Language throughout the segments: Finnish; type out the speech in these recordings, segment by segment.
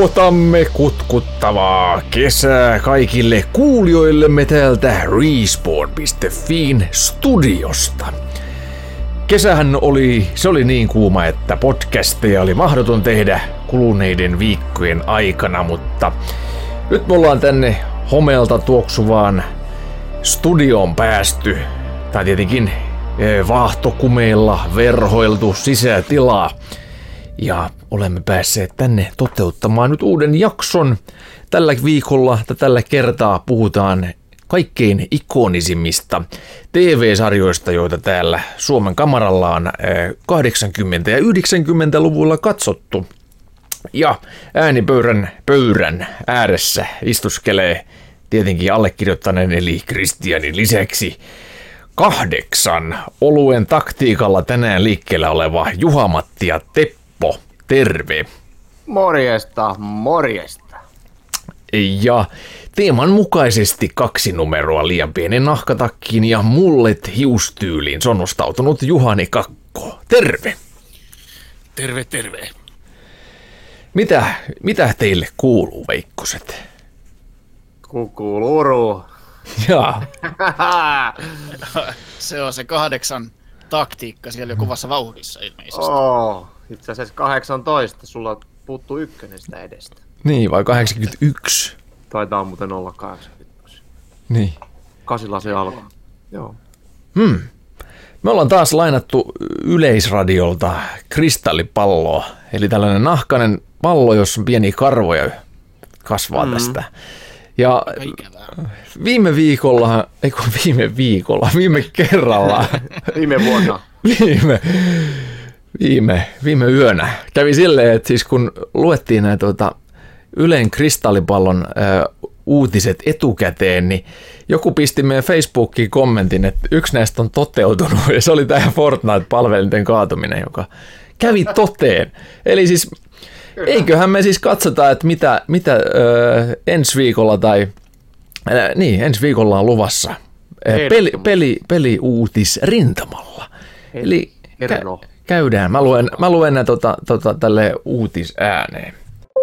Toivotamme kutkuttavaa kesää kaikille kuulijoillemme täältä Respawn.fin studiosta. Kesähän oli niin kuuma, että podcasteja oli mahdoton tehdä kuluneiden viikkojen aikana, mutta nyt me ollaan tänne homeelta tuoksuvaan studioon päästy. Tai tietenkin vaahtokumeilla verhoiltu sisätilaa. Ja olemme päässeet tänne toteuttamaan nyt uuden jakson. Tällä kertaa puhutaan kaikkein ikonisimmista TV-sarjoista, joita täällä Suomen kamaralla on 80- ja 90-luvulla katsottu. Ja äänipöydän ääressä istuskelee tietenkin allekirjoittaneen eli Kristianin lisäksi 8 oluen taktiikalla tänään liikkeellä oleva Juha-Matti ja Teppo. Terve. Morjesta, morjesta. Ja teeman mukaisesti 2 numeroa liian pienen nahkatakkiin ja mullet hiustyyliin sonnustautunut Juhani Kakko. Terve. Terve, terve. Mitä teille kuuluu, veikkoset? Kukuluru. Jaa. Se on se 8 taktiikka siellä jo kovassa vauhdissa ilmeisesti. Itse asiassa 18, sulla puuttuu 1 sitä edestä. Niin, vai 81? Taitaa muuten olla 81. Niin. 8 se alkaa. Joo. Me ollaan taas lainattu Yleisradiolta kristallipalloa, eli tällainen nahkainen pallo, jossa on pieniä karvoja kasvaa tästä. Ja viime kerralla. Viime yönä kävi silleen, että siis kun luettiin näitä Ylen kristallipallon uutiset etukäteen, niin joku pisti meidän Facebookiin kommentin, että yksi näistä on toteutunut, ja se oli tämä Fortnite-palvelinten kaatuminen, joka kävi toteen. Eli siis eiköhän me siis katsota, että mitä ensi viikolla ensi viikolla on luvassa peliuutis rintamalla. Eli käydään. Mä luen nää tälle uutisääneen.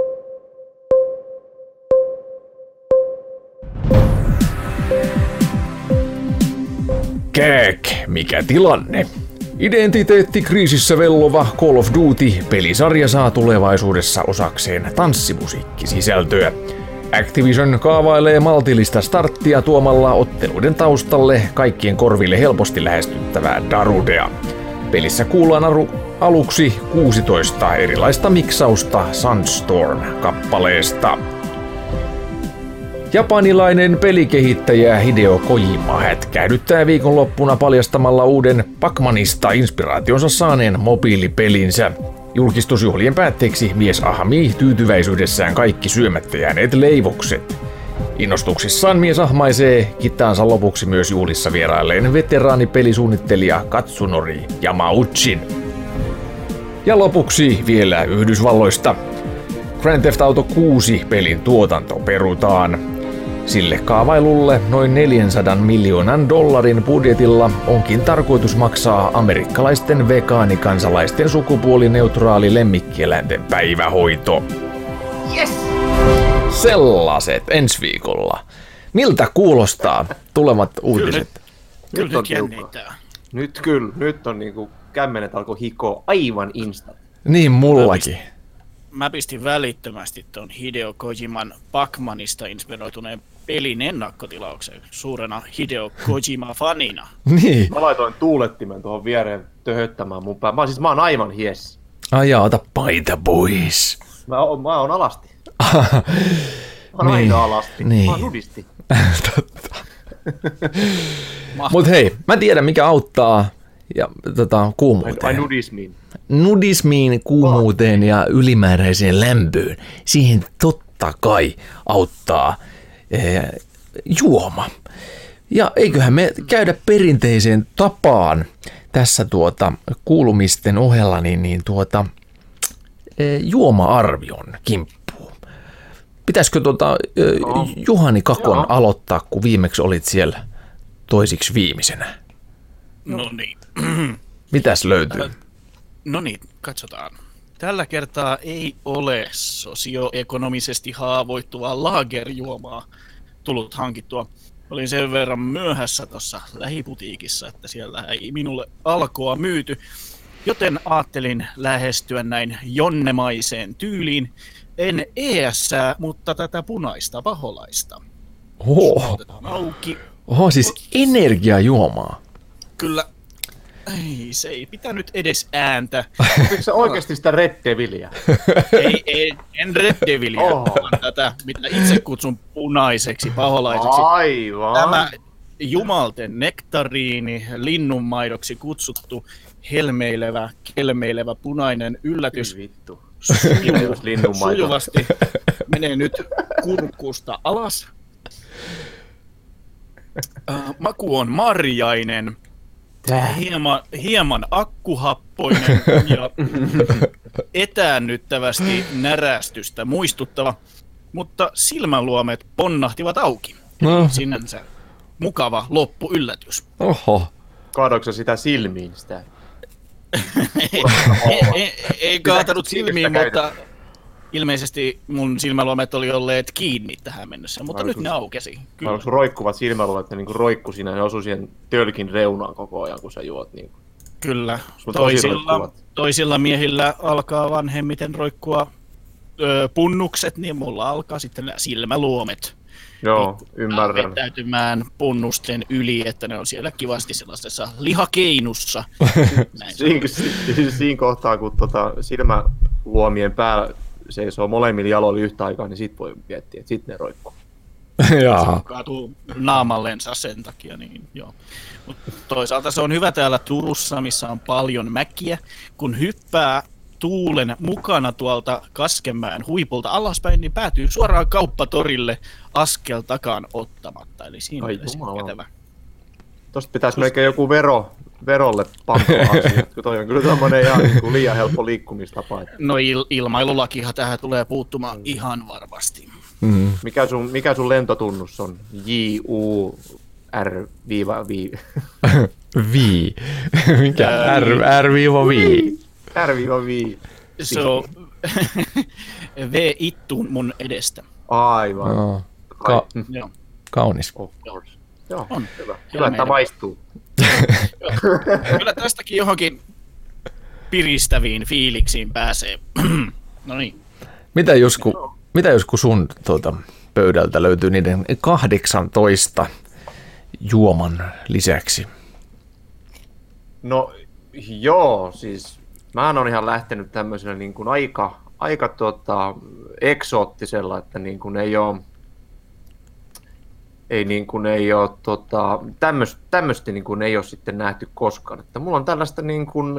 Kääk, mikä tilanne? Identiteettikriisissä vellova Call of Duty-pelisarja saa tulevaisuudessa osakseen tanssimusiikkisisältöä. Activision kaavailee maltillista starttia tuomalla otteluiden taustalle kaikkien korville helposti lähestyttävää darudea. Pelissä kuullaan aluksi 16 erilaista miksausta Sunstorm-kappaleesta. Japanilainen pelikehittäjä Hideo Kojima hätkähdyttää viikonloppuna paljastamalla uuden Pac-Manista inspiraationsa saaneen mobiilipelinsä. Julkistusjuhlien päätteeksi mies ahmii tyytyväisyydessään kaikki syömättä jääneet leivokset. Innostuksissaan mies ahmaisee kittaansa lopuksi myös juhlissa vierailleen veteraanipelisuunnittelija Katsunori Yamauchin. Ja lopuksi vielä Yhdysvalloista. Grand Theft Auto 6 pelin tuotanto perutaan. Sille kaavailulle noin $400 miljoonan budjetilla onkin tarkoitus maksaa amerikkalaisten vegaanikansalaisten sukupuolineutraali lemmikkieläinten päivähoito. Yes! Sellaiset ensi viikolla. Miltä kuulostaa tulevat uutiset? Kyllä nyt jännittää. Nyt on niinku kämmenet alkoi hikoa aivan insta. Niin mullakin. Mä pistin välittömästi ton Hideo Kojiman Pac-Manista inspiroituneen pelin ennakkotilauksen suurena Hideo Kojima-fanina. Niin. Mä laitoin tuulettimen tuohon viereen töhöttämään mun pää. Mä oon aivan hies. Ai ota paita pois. Mä oon alasti. Mä oon aina alasti. Niin. Mä oon nudisti. Totta. Mut hei, mä tiedän mikä auttaa ja kuumuuteen. Nudismiin, kuumuuteen ja ylimääräiseen lämpöön. Siihen totta kai auttaa juoma. Ja eiköhän me käydä perinteiseen tapaan tässä kuulumisten ohella juoma-arvion kimppuun. Pitäisikö Juhani Kakon aloittaa, kun viimeksi olit siellä toisiksi viimeisenä? No niin. Mitäs löytyy? No niin, katsotaan. Tällä kertaa ei ole sosioekonomisesti haavoittuvaa lagerjuomaa tullut hankittua. Olin sen verran myöhässä tuossa lähiputiikissa, että siellä ei minulle alkoa myyty, joten ajattelin lähestyä näin jonnemaiseen tyyliin. En ES:ää, mutta tätä punaista paholaista. Otetaan auki. Oho, siis energiajuomaa. Kyllä. Se ei pitänyt edes ääntä. Oliko se oikeasti sitä Red Devilia? En Red Devilia, vaan tätä, mitä itse kutsun punaiseksi paholaiseksi. Aivan. Tämä jumalten nektariini, linnunmaidoksi kutsuttu, kelmeilevä punainen yllätys. Vittu. Sujuvasti menee nyt kurkusta alas. Maku on marjainen. Hieman akkuhappoinen ja etäännyttävästi närästystä muistuttava, mutta silmänluomet ponnahtivat auki. No. Sinänsä mukava loppuyllätys. Oho. Kaadoiko sitä silmiin sitä? Ei kaatanut silmiin, mutta ilmeisesti mun silmäluomet oli olleet kiinni tähän mennessä, mutta nyt ne aukesi. Kyllä. Onko roikkuvat silmäluomet, että ne niinku roikku siinä ja osui siihen tölkin reunaan koko ajan, kun sä juot? Niin. Kyllä. Toisilla Toisilla miehillä alkaa vanhemmiten roikkua punnukset, niin mulla alkaa sitten nämä silmäluomet. Joo, ymmärrän. Vetäytymään punnusten yli, että ne on siellä kivasti sellaisessa lihakeinussa. Siinä kohtaa, kun silmäluomien päällä seisoo molemmilla jaloilla yhtä aikaa, niin sit voi miettiä, että sitten ne roikkuu. Se kaatuu naamallensa sen takia. Niin, joo. Mut toisaalta se on hyvä täällä Turussa, missä on paljon mäkiä, kun hyppää tuulen mukana tuolta Kaskenmäen huipulta alaspäin, niin päätyy suoraan kauppatorille askel takaan ottamatta. Eli siinä on kätevä. Tuosta pitäisi melkein joku verolle pantaa asia, kun toi on kyllä tommonen ihan niin liian helppo liikkumistapa. No ilmailulakihan tähän tulee puuttumaan ihan varmasti. Mm. Mikä sun lentotunnus on? JUR-V. Mikä? R-V. R-V. Se on V-ittuun mun edestä. Aivan. Oh. Kaunis. Of course. Joo, on. Hyvä, että maistuu. Kyllä tästäkin johonkin piristäviin fiiliksiin pääsee. No niin. Mitä jos kun sun pöydältä löytyy niiden 18 juoman lisäksi? No joo, siis mähän on ihan lähtenyt tämmöisellä niin kuin aika eksoottisella, että niin kuin ei ole tämmöistä niin kuin ei ole sitten nähty koskaan. Että mulla on tällaista niin kuin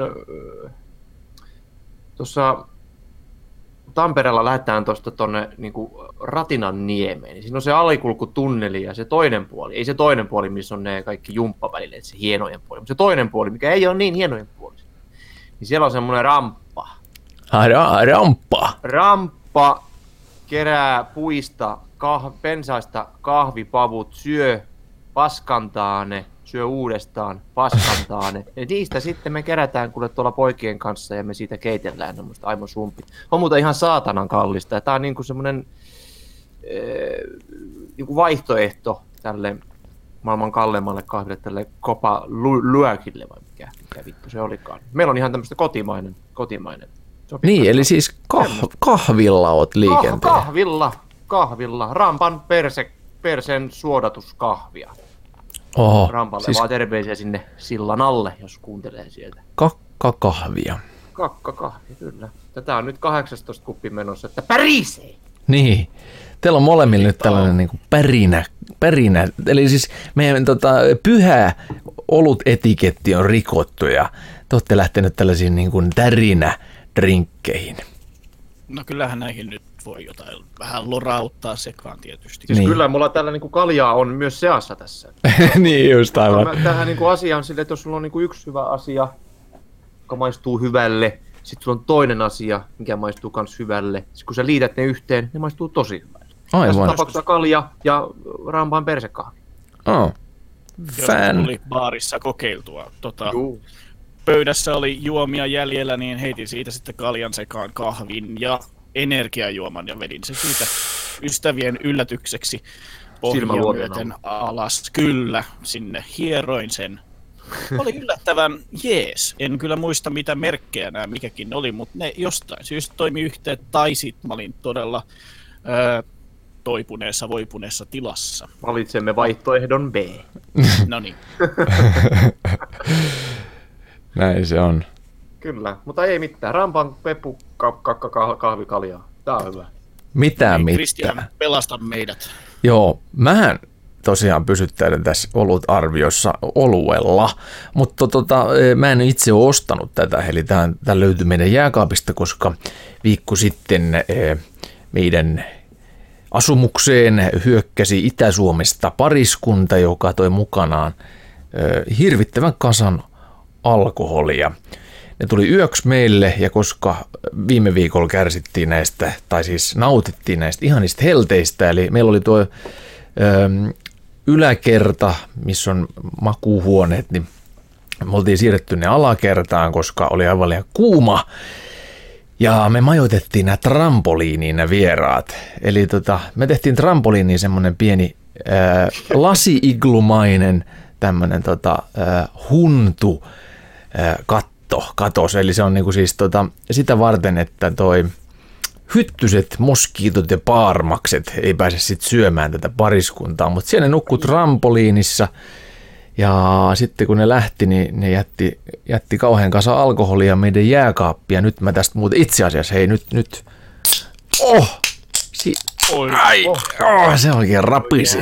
tuossa Tampereella lähdetään tuosta tuonne niin kuin Ratinan niemeen. Niin siinä on se alikulkutunneli ja se toinen puoli. Ei se toinen puoli, missä on ne kaikki jumppavälineet, se hienojen puoli, mutta se toinen puoli, mikä ei ole niin hienojen puoli. Niin siellä on semmoinen ramppa. Ramppa? Ramppa kerää puista pensaista kahvipavut, syö, paskantaa ne, syö uudestaan, paskantaa ne. Ja niistä sitten me kerätään kuule tuolla poikien kanssa ja me siitä keitellään semmoista aivan sumpit. On muuten ihan saatanan kallista. Ja tää on niinku semmoinen niinku vaihtoehto tälle maailman kalleimmalle kahville, tälle Copa Luwakille vai mikä vittu se olikaan. Meillä on ihan tämmöistä kotimainen. Niin, eli siis kahvilla oot liikenteellä. Kahvilla. Rampan persen suodatuskahvia. Oho, Rampalle siis vaan terveisiä sinne sillan alle, jos kuuntelee sieltä. Kakkakahvia. Kakkakahvia, kyllä. Tätä on nyt 18 kuppi menossa, että pärisee! Niin. Teillä on molemmilla nyt tällainen niin kuin pärinä. Eli siis meidän pyhä olutetiketti on rikottu ja te olette lähtenyt tällaisiin niin kuin tärinä-drinkkeihin. No kyllähän näihin nyt voi jotain vähän lorauttaa sekaan tietysti. Siis niin. Kyllä mulla tällä niin kuin kaljaa on myös seassa tässä. Niin just aivan. Tähän niin kuin asiaan silleen, että jos sulla on niin kuin yksi hyvä asia, joka maistuu hyvälle, sitten sulla on toinen asia, mikä maistuu kans hyvälle. Sitten kun sä liität ne yhteen, ne maistuu tosi hyvälle. Aivan. Tässä tapauksessa kalja ja Rampan persekahvi. Oh. Jos tuli baarissa kokeiltua pöydässä oli juomia jäljellä, niin heitin siitä sitten kaljan sekaan kahvin ja energiajuoman ja vedin se siitä ystävien yllätykseksi pohjaa myöten alas. Kyllä, sinne hieroin sen. Oli yllättävän jees. En kyllä muista mitä merkkejä nämä mikäkin oli, mutta ne jostain syystä toimi yhteen, tai sitten mä olin todella voipuneessa tilassa. Valitsemme vaihtoehdon B. No niin. Näin se on. Kyllä, mutta ei mitään. Rampan peppu kahvikaljaa. Tää on hyvä. Mitään. Kristian, pelasta meidät. Joo, mähän tosiaan pysyttäydyn tässä olut-arviossa oluella, mutta mä en itse ole ostanut tätä, eli tämä löytyi meidän jääkaapista, koska viikko sitten meidän asumukseen hyökkäsi Itä-Suomesta pariskunta, joka toi mukanaan hirvittävän kasan alkoholia. Ne tuli yöksi meille, ja koska viime viikolla kärsittiin näistä, tai siis nautittiin näistä ihanista helteistä, eli meillä oli tuo yläkerta, missä on makuuhuoneet, niin me oltiin siirretty ne alakertaan, koska oli aivan liian kuuma. Ja me majoitettiin nämä trampoliiniin nämä vieraat. Eli me tehtiin trampoliiniin semmoinen pieni lasi-iglumainen tämmöinen huntu katos. Eli se on niinku siis sitä varten, että toi hyttyset, moskiitot ja paarmakset ei pääse sitten syömään tätä pariskuntaa, mutta siellä ne nukkui trampoliinissa ja sitten kun ne lähti, niin ne jätti kauhean kasa alkoholia meidän jääkaappia. Nyt mä tästä muuten itse asiassa, hei nyt, se oikein rapisi.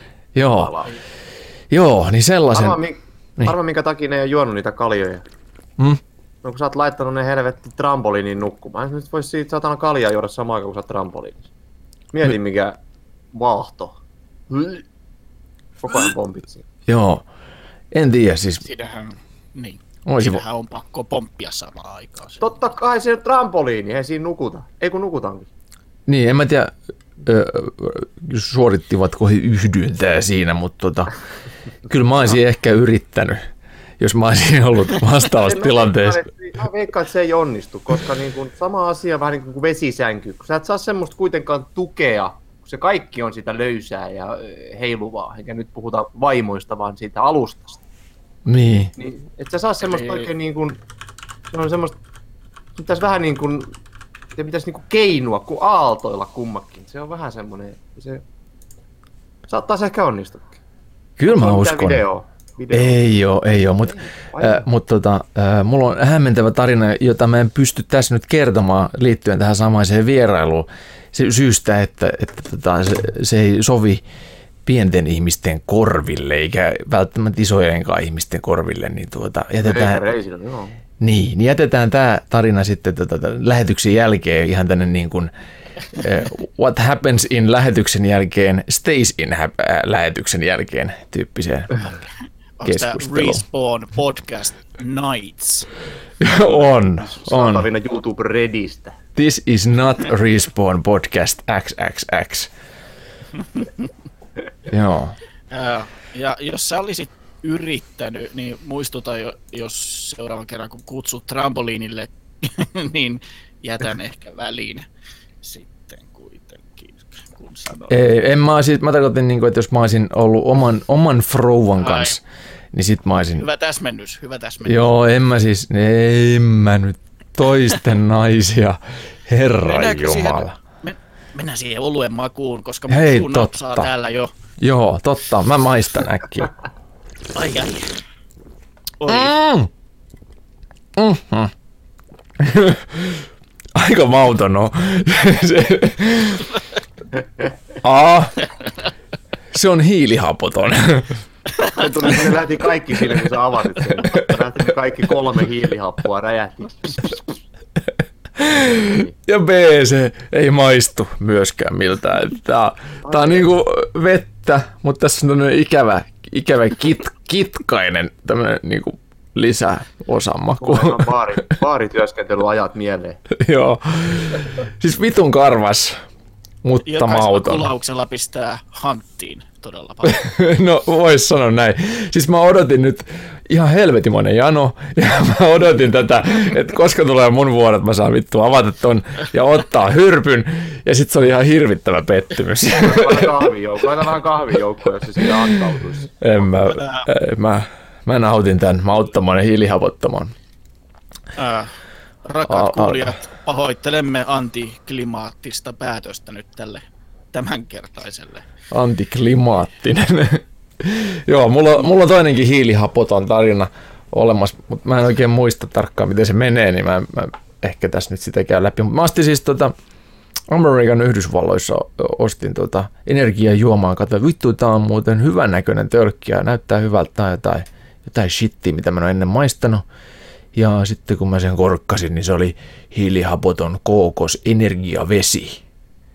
Joo, niin sellaisen. Arva minkä takia ne ei ole juonut niitä kaljoja. No kun sä oot laittanut ne helvetti trampoliinin nukkumaan, nyt vois siitä satana kaljaa juoda samaan aikaan kun sä oot trampoliinissa. Mieti mikä vaahto. Koko ajan pompit siinä. Joo, en tiedä siis. Siinähän on pakko pomppia samaan aikaan. Totta kai se trampoliini, ei siinä nukuta. Ei kun nukutaankin. Niin, en mä tiedä suorittivatko he yhdyntää siinä, mutta kyllä mä olisin ehkä yrittänyt. Jos mä olisin ollut vastaavassa tilanteessa. Mä veikkaan, että se ei onnistu, koska niin kuin sama asia vähän niin kuin vesisänky. Kun sä et saa semmoista kuitenkaan tukea, kun se kaikki on sitä löysää ja heiluvaa, eikä nyt puhuta vaimoista, vaan siitä alustasta. Niin. Et sä saa semmoista oikein niin kuin, se on semmoista, pitäisi vähän niin kuin, te pitäisi niin kuin keinua kuin aaltoilla kummakin. Se on vähän semmoinen, se saattaisi ehkä onnistukin. Kyllä mä uskon. Video. Ei ole, mutta mulla on hämmentävä tarina, jota mä en pysty tässä nyt kertomaan liittyen tähän samaiseen vierailuun syystä, että se ei sovi pienten ihmisten korville, eikä välttämättä isojenkaan ihmisten korville, niin jätetään tämä tarina sitten lähetyksen jälkeen ihan tänne niin kuin what happens in lähetyksen jälkeen stays in lähetyksen jälkeen tyyppiseen keskusteluun. Respawn Podcast Nights. On. Saatavina YouTube-redistä. This is not Respawn Podcast XXX. Joo. Ja jos sä olisit yrittänyt, niin muistuta, jos seuraavan kerran kun kutsut trampoliinille, niin jätän ehkä väliin sitten kuitenkin, kun sanoin. Ei, mä tarkoitin, että jos mä olisin ollut oman frouvan kanssa, niin sit mä olisin. Hyvä täsmennys. Joo, en mä nyt toisten naisia, Herran Jumala. Mennään siihen oluen makuun, koska mun napsaa täällä jo. Joo, totta. Mä maistan äkkiä. Ai. Aika mauton on. Se on hiilihapoton. Ne lähti kaikki sille, kun sä avasit sen. Lähti kaikki 3 hiilihappoa räjähti. Ja B, se ei maistu myöskään miltään. Tää on niinku vettä, mutta tässä on tämmönen ikävä kitkainen tämmönen niinku lisäosamaku. Baarityöskentelyajat mieleen. Joo. Siis vitun karvas. mutta mauton. Kulauksella pistää hanttiin todella paljon. No vois sanoa näin. Siis mä odotin nyt ihan helvetimoinen jano, ja mä odotin tätä, että koska tulee mun vuoro, että mä saan vittu avata ton ja ottaa hyrpyn, ja sit se oli ihan hirvittävä pettymys. Laita vähän kahvijoukkoa, jos se siitä antautuisi. Mä nautin tän mauttoman ja hiilihapottoman. Rakkaat kuulijat, pahoittelemme antiklimaattista päätöstä nyt tälle tämänkertaiselle. Antiklimaattinen. Joo, mulla on toinenkin hiilihapoton tarina olemassa, mutta mä en oikein muista tarkkaan, miten se menee, niin mä ehkä tässä nyt sitä käyn läpi. Mä ostin siis Amerikan Yhdysvalloissa ostin energiajuomaa, katsoin, vittu, tää on muuten hyvän näköinen tölkki ja näyttää hyvältä jotain shittiä, mitä mä en ole ennen maistanut. Ja sitten kun mä sen korkkasin, niin se oli hiilihapoton kookos-energiavesi.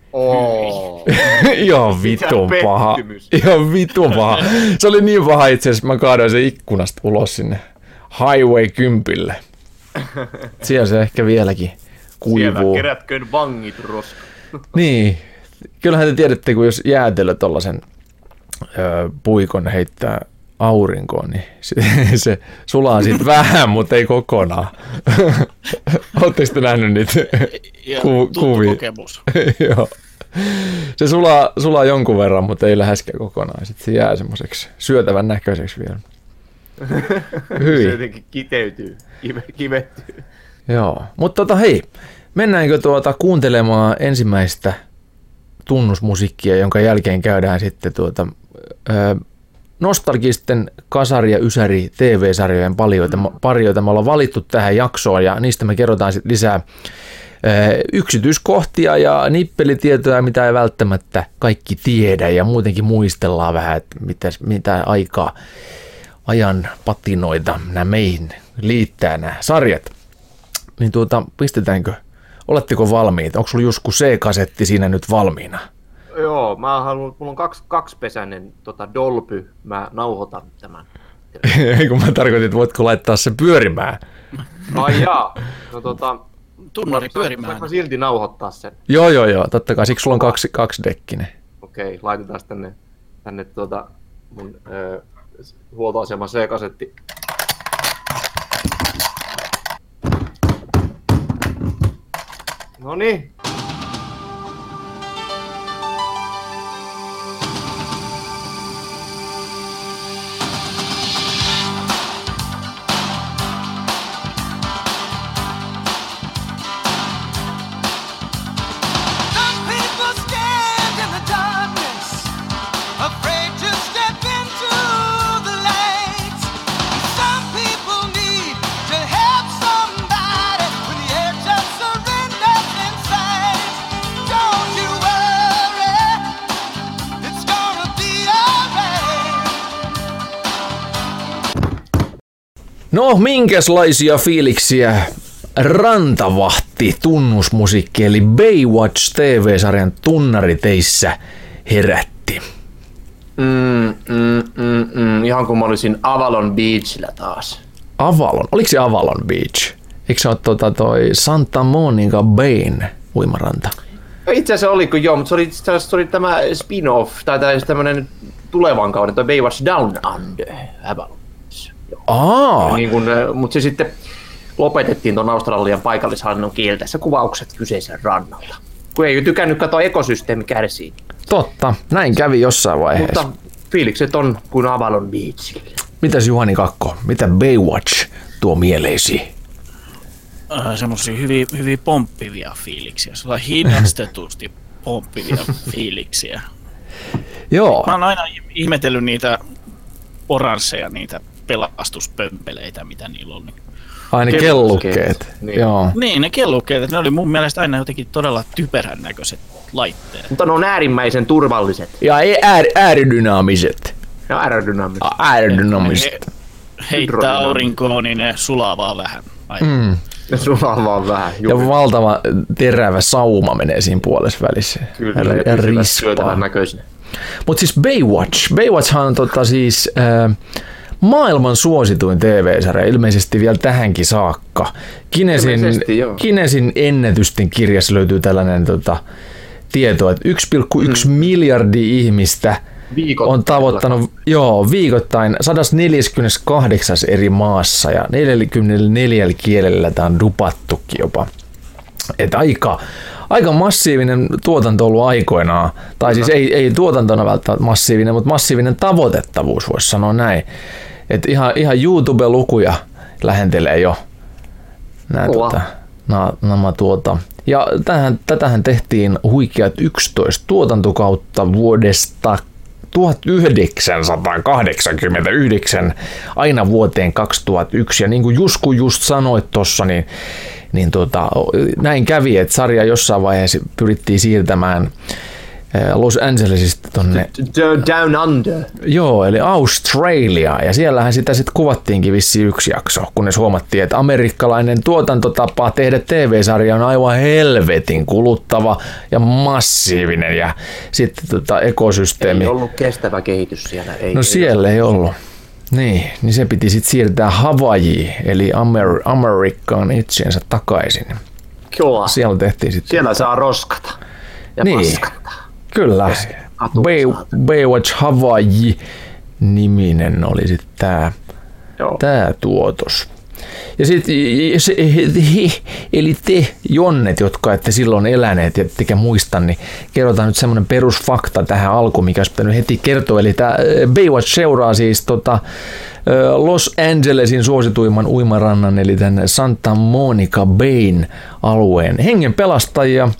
Ihan vitun paha. Ihan vitun paha. Se oli niin paha itse asiassa, mä kaadoin sen ikkunasta ulos sinne Highway 10. Siellä se ehkä vieläkin kuivuu. Siellä kerätköön vangit roska. Niin. Kyllähän te tiedätte, kun jos jäätelö tollasen puikon heittää aurinkoon, niin se sulaa siitä vähän, mutta ei kokonaan. Oletteko te nähnyt niitä kuvia? Kokemus. Joo. Se sulaa jonkun verran, mutta ei läheskään kokonaan. Sitten se jää semmoiseksi syötävän näköiseksi vielä. Se jotenkin kiteytyy, kivettyy. Joo, mutta hei, mennäänkö kuuntelemaan ensimmäistä tunnusmusiikkia, jonka jälkeen käydään sitten nostalgisten kasari- ja ysäri TV-sarjojen parioita. Me ollaan valittu tähän jaksoon ja niistä me kerrotaan sitten lisää yksityiskohtia ja nippelitietoja, mitä ei välttämättä kaikki tiedä ja muutenkin muistellaan vähän, että mitä ajan patinoita nämä meihin liittää nämä sarjat. Niin pistetäänkö? Oletteko valmiita? Onko sulla Jusku C-kasetti siinä nyt valmiina? Joo, mulla on kaksipesäinen Dolby, mä nauhoitan tämän. Ei kun mä tarkoitin, että voitko laittaa sen pyörimään? Ai jaa, no tunnari pyörimään. Voinko mä silti nauhoittaa sen? Joo, totta kai, siksi sulla on kaksi dekkinen. Okei, laitetaan tänne mun huoltoaseman C-kasetti. Noniin. No, minkälaisia fiiliksiä Rantavahti tunnusmusiikki eli Baywatch TV-sarjan tunnari teissä herätti? Ihan kun mä olisin Avalon Beachillä taas. Avalon? Oliko se Avalon Beach? Eikö se ole toi Santa Monica Bayn uimaranta? Itse asiassa oliko joo, mutta se oli tämä spin-off tai tämmöinen tulevan kauden, toi Baywatch Down Under Avalon. Mutta se sitten lopetettiin tuon Australian paikallishallinnon kieltäessä kuvaukset kyseisen rannalla. Kun ei tykännyt katsoa, ekosysteemi kärsii. Totta, näin kävi jossain vaiheessa. Mutta fiilikset on kuin Avalon Beachillä. Mitäs Juhani Kakko, mitä Baywatch tuo mieleisi? Semmoisia hyvin pomppivia fiiliksiä, sellainen hidastetusti pomppivia fiiliksiä. Joo. Mä oon aina ihmetellyt niitä oransseja, niitä pelastuspömpeleitä, mitä niillä on. Ai ne kellukkeet. Niin. Joo. Niin, ne kellukkeet, ne oli mun mielestä aina jotenkin todella typerän näköiset laitteet. Mutta ne on äärimmäisen turvalliset. Ja aerodynaamiset. Ja aerodynaamiset. Heittää aurinkoon, niin ne sulaa vaan vähän. Ne sulaa vaan vähän. Ja valtava terävä sauma menee siinä puolessa välissä. Kyllä, ja rispaa näköisenä. Mutta siis Baywatchhan on siis maailman suosituin TV-sarja, ilmeisesti vielä tähänkin saakka. Guinnessin ennätysten kirjassa löytyy tällainen tietoa, että 1,1 miljardia ihmistä on tavoittanut viikoittain 148 eri maassa ja 44 kielellä tämä on dupattukin jopa. Että aika massiivinen tuotanto ollut aikoinaan, tai siis ei tuotantona välttämättä massiivinen, mutta massiivinen tavoitettavuus voisi sanoa näin. Että ihan YouTube-lukuja lähentelee jo nämä ja tätähän tehtiin huikeat 11 tuotantokautta vuodesta 1989 aina vuoteen 2001. Ja niin kuin Jusku just sanoit tuossa, niin näin kävi, että sarja jossain vaiheessa pyrittiin siirtämään Los Angelesista tonne Down Under. Joo, eli Australia. Ja siellähän sitä sitten kuvattiinkin vissiin yksi jakso, kunnes huomattiin, että amerikkalainen tuotantotapa tehdä TV-sarja on aivan helvetin kuluttava ja massiivinen. Ja sitten ekosysteemi. Ei ollut kestävä kehitys siellä. Siellä ei ollut. Niin se piti sitten siirtää Hawaiiin, eli Amerikkaan itsensä takaisin. Kyllä. Siellä tehtiin sitten. Siellä saa roskata ja paskata. Kyllä. Baywatch Hawaii niminen oli sitten tää tuotos. Ja sitten eli te Jonnet, jotka ette silloin eläneet ja ettekä muista, niin kerrotaan nyt semmoinen perusfakta tähän alkuun, mikä olisi pitänyt heti kertoa. Eli tämä Baywatch seuraa siis Los Angelesin suosituimman uimarannan, eli tämän Santa Monica Bayn alueen hengenpelastajia.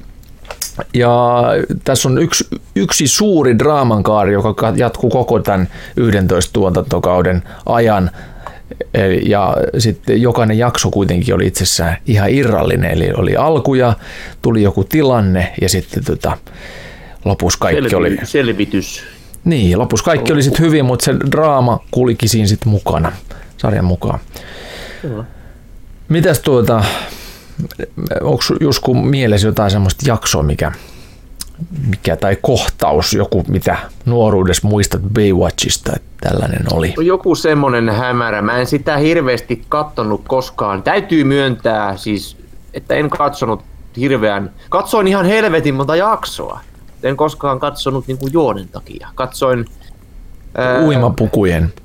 Ja tässä on yksi suuri draamankaari, joka jatkuu koko tämän 11 tuotantokauden ajan. Ja sitten jokainen jakso kuitenkin oli itsessään ihan irrallinen, eli oli alku ja tuli joku tilanne ja sitten lopussa kaikki oli selvitys. Niin, lopussa kaikki oli sitten hyvin, mutta se draama kulki siinä sitten mukana, sarjan mukaan. Kyllä. Mitäs onko Jusku mielessä jotain semmoista jaksoa, mikä tai kohtaus, joku mitä nuoruudessa muistat Baywatchista, että tällainen oli? Joku semmoinen hämärä. Mä en sitä hirveästi katsonut koskaan. Täytyy myöntää siis, että en katsonut katsoin ihan helvetin monta jaksoa. En koskaan katsonut niin kuin juonen takia. Katsoin uimapukujen.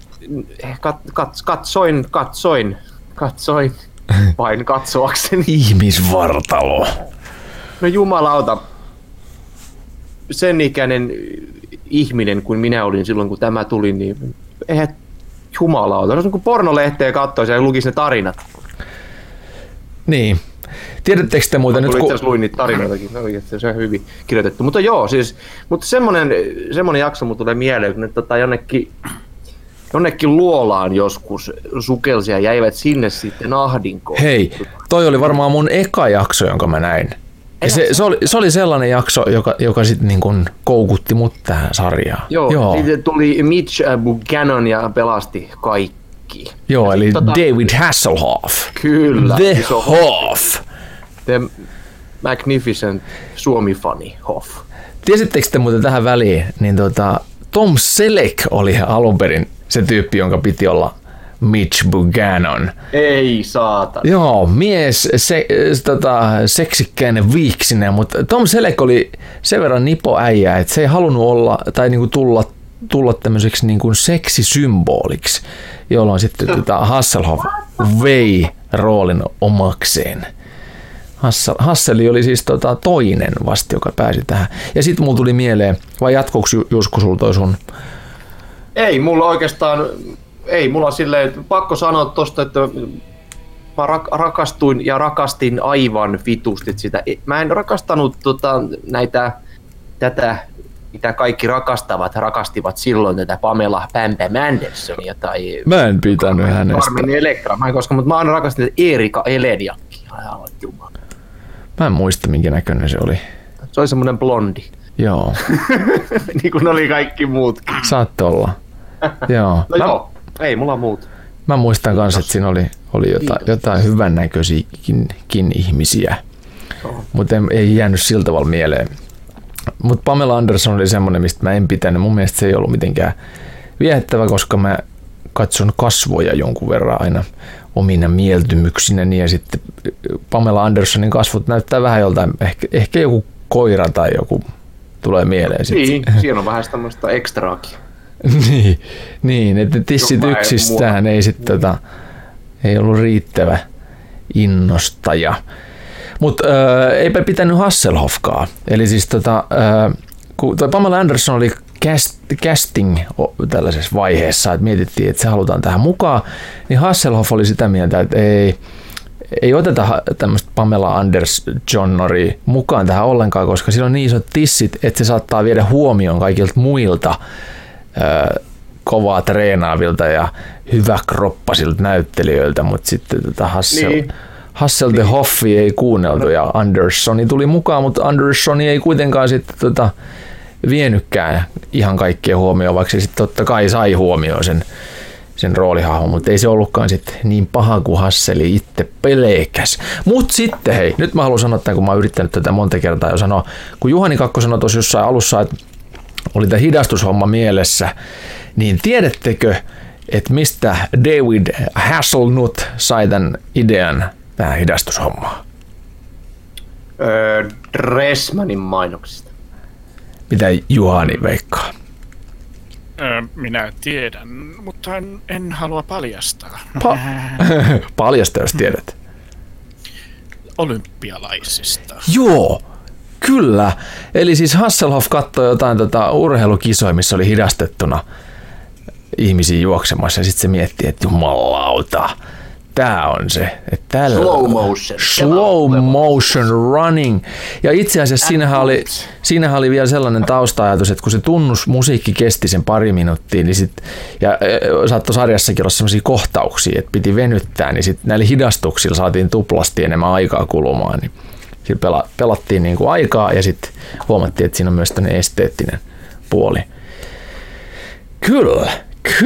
Katsoin vain katsoakseni. Ihmisvartalo. No jumalauta. Sen ikäinen ihminen kuin minä olin silloin, kun tämä tuli, niin eihän jumalauta. Se on kuin pornolehteä katsoisi ja lukisi ne tarinat. Niin. Tiedättekö te muuten nyt? Itse asiassa luin niitä tarinoitakin. Se on hyvin kirjoitettu. Mutta joo, mutta semmoinen jakso mun tulee mieleen, kun ne jonnekin luolaan joskus sukelsi ja jäivät sinne sitten ahdinkoon. Hei, toi oli varmaan mun eka jakso, jonka mä näin. Se oli sellainen jakso, joka sitten niin kuin koukutti mut tähän sarjaan. Joo. Sitten tuli Mitch Buchanan ja pelasti kaikki. Joo, eli David Hasselhoff. Kyllä. The Hoff. The Magnificent Suomi-fani Hoff. Tiesittekö te muuten tähän väliin, niin Tom Selleck oli alun perin se tyyppi, jonka piti olla Mitch Buchanan. Ei saatana. Joo, mies seksikkäinen viiksinen, mutta Tom Selleck oli sen verran nipoäijä, että se ei halunnut olla tai niinku tulla tämmöiseksi niinku seksisymboliksi, jolloin sitten Hasselhoff vei roolin omakseen. Hasseli oli siis toinen vasta, joka pääsi tähän. Ja sitten mulla tuli mieleen, vai jatkoiko Jusku sul toi sun? Ei, mulla oikeastaan, mulla silleen, pakko sanoa tosta, että mä rakastuin ja rakastin aivan vitusti sitä. Mä en rakastanut tätä, mitä kaikki rakastivat silloin, tätä Pamela Pam Andersonia tai... Mä en pitänyt hänestä. Carmen Electra, mutta mä aina rakastin Erika Eleniakkia. Mä en muista, minkä näköinen se oli. Se oli semmoinen blondi. Joo. Niin kuin oli kaikki muutkin. Saatte olla. Joo. Joo, ei mulla muuta. Mä muistan kanssa, että siinä oli jotain hyvännäköisiäkin ihmisiä. Mutta ei jäänyt sillä tavalla mieleen. Mutta Pamela Anderson oli semmoinen, mistä mä en pitänyt. Mun mielestä se ei ollut mitenkään viehättävä, koska mä katson kasvoja jonkun verran aina omina mieltymyksinäni. Ja sitten Pamela Andersonin kasvot näyttää vähän joltain, ehkä joku koira tai joku tulee mieleen. Niin, siinä on vähän tämmöistä ekstraakin. niin, että tissit yksistään ei sitten ei ollut riittävä innostaja. Mutta eipä pitänyt Hasselhoffkaa. Eli siis kun toi Pamela Anderson oli casting tällaisessa vaiheessa, että mietittiin, että se halutaan tähän mukaan, niin Hasselhoff oli sitä mieltä, että ei oteta tämmöistä Pamela Andersonia mukaan tähän ollenkaan, koska sillä on niin isot tissit, että se saattaa viedä huomioon kaikilta muilta kovaa treenaavilta ja hyväkroppasilta näyttelijöiltä, mutta sitten Hasselhoffi ei kuunneltu ja Andersoni tuli mukaan, mutta Andersoni ei kuitenkaan sitten vienytkään ihan kaikkea huomioon, vaikka se sitten totta kai sai huomioon sen roolihahmon, mutta ei se ollutkaan sitten niin paha kuin Hasseli itse pelkäs. Mutta sitten hei, nyt mä haluan sanoa tämän, kun mä oon yrittänyt tätä monta kertaa jo sanoa, kun Juhani Kakko sanoi tuossa jossain alussa, että oli tämä hidastushomma mielessä, niin tiedättekö, että mistä David Hasselnut sai tämän idean tähän hidastushommaan? Dressmanin mainoksista. Mitä Juhani veikkaa? Minä tiedän, mutta en halua paljastaa. Paljasta, jos tiedät. Olympialaisista. Joo, kyllä. Eli siis Hasselhoff katsoi jotain urheilukisoja, missä oli hidastettuna ihmisiä juoksemassa ja sitten se miettii, että jumalauta, tää on se. Että slow motion running. Ja itse asiassa siinähän oli vielä sellainen tausta-ajatus, että kun se tunnusmusiikki kesti sen pari minuuttia, niin ja saattoi sarjassakin olla sellaisia kohtauksia, että piti venyttää, niin sitten näillä hidastuksilla saatiin tuplasti enemmän aikaa kulumaan. Niin sillä pelattiin niin kuin aikaa ja sitten huomattiin, että siinä on myös tämmöinen esteettinen puoli. Kyllä.